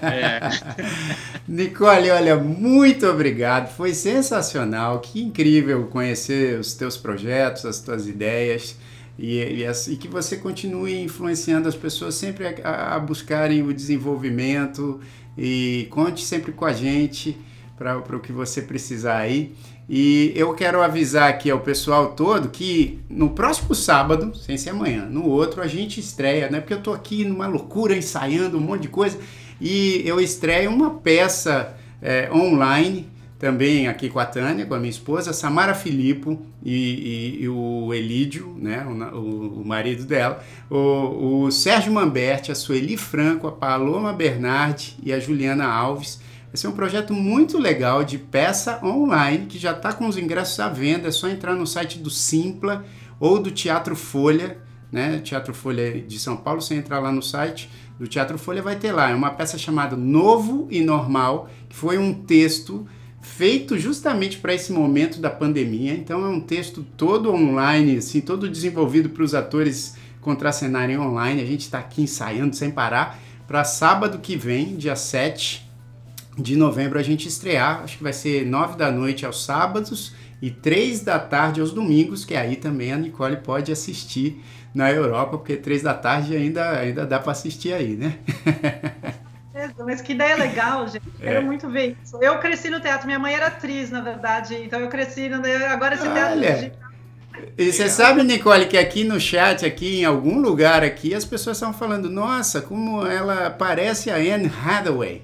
Nicole, olha, muito obrigado, foi sensacional, que incrível conhecer os teus projetos, as tuas ideias e que você continue influenciando as pessoas sempre a buscarem o desenvolvimento e conte sempre com a gente para o que você precisar aí. E eu quero avisar aqui ao pessoal todo que no próximo sábado, sem ser amanhã, no outro a gente estreia, né? Porque eu tô aqui numa loucura, ensaiando um monte de coisa, e eu estreio uma peça online, também aqui com a Tânia, com a minha esposa, Samara Filippo e o Elídio, né? O marido dela, o Sérgio Mamberti, a Sueli Franco, a Paloma Bernardi e a Juliana Alves. Esse é um projeto muito legal de peça online, que já está com os ingressos à venda, é só entrar no site do Simpla ou do Teatro Folha, né? Teatro Folha de São Paulo, você entrar lá no site do Teatro Folha, vai ter lá. É uma peça chamada Novo e Normal, que foi um texto feito justamente para esse momento da pandemia, então é um texto todo online, assim, todo desenvolvido para os atores contracenarem online. A gente está aqui ensaiando sem parar, para sábado que vem, dia 7 de novembro, a gente estrear. Acho que vai ser 9 da noite aos sábados e 3 da tarde aos domingos, que aí também a Nicole pode assistir na Europa, porque 3 da tarde ainda dá para assistir aí, né? Mas que ideia legal, gente. Quero muito ver isso. Eu cresci no teatro, minha mãe era atriz, na verdade, então eu cresci agora esse teatro digital. E você sabe, Nicole, que aqui no chat, aqui em algum lugar aqui, as pessoas estão falando, nossa, como ela parece a Anne Hathaway.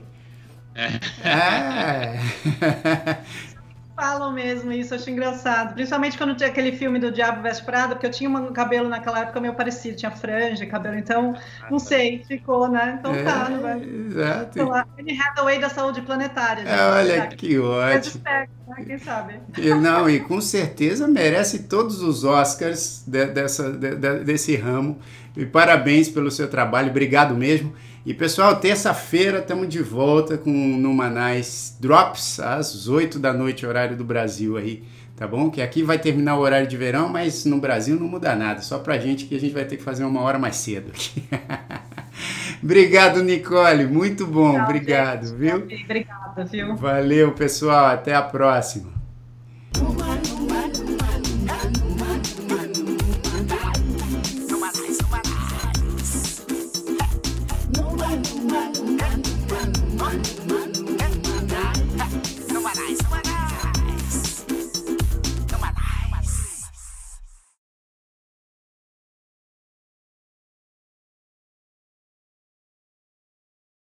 Falam mesmo isso, acho engraçado. Principalmente quando tinha aquele filme do Diabo Veste Prada, porque eu tinha um cabelo naquela época meio parecido, tinha franja, cabelo, então, não sei, ficou, né? Então tá, não vai. Exato. Então, a Anne Hathaway da saúde planetária. Gente, olha que ótimo. Né? Quem sabe? E com certeza merece todos os Oscars desse ramo. E parabéns pelo seu trabalho, obrigado mesmo. E pessoal, terça-feira estamos de volta com o Numanais Drops, às 8 da noite, horário do Brasil aí, tá bom? Que aqui vai terminar o horário de verão, mas no Brasil não muda nada, só pra gente que a gente vai ter que fazer uma hora mais cedo aqui. Obrigado, Nicole, muito bom, obrigado, gente, viu? Obrigada, viu? Valeu, pessoal, até a próxima.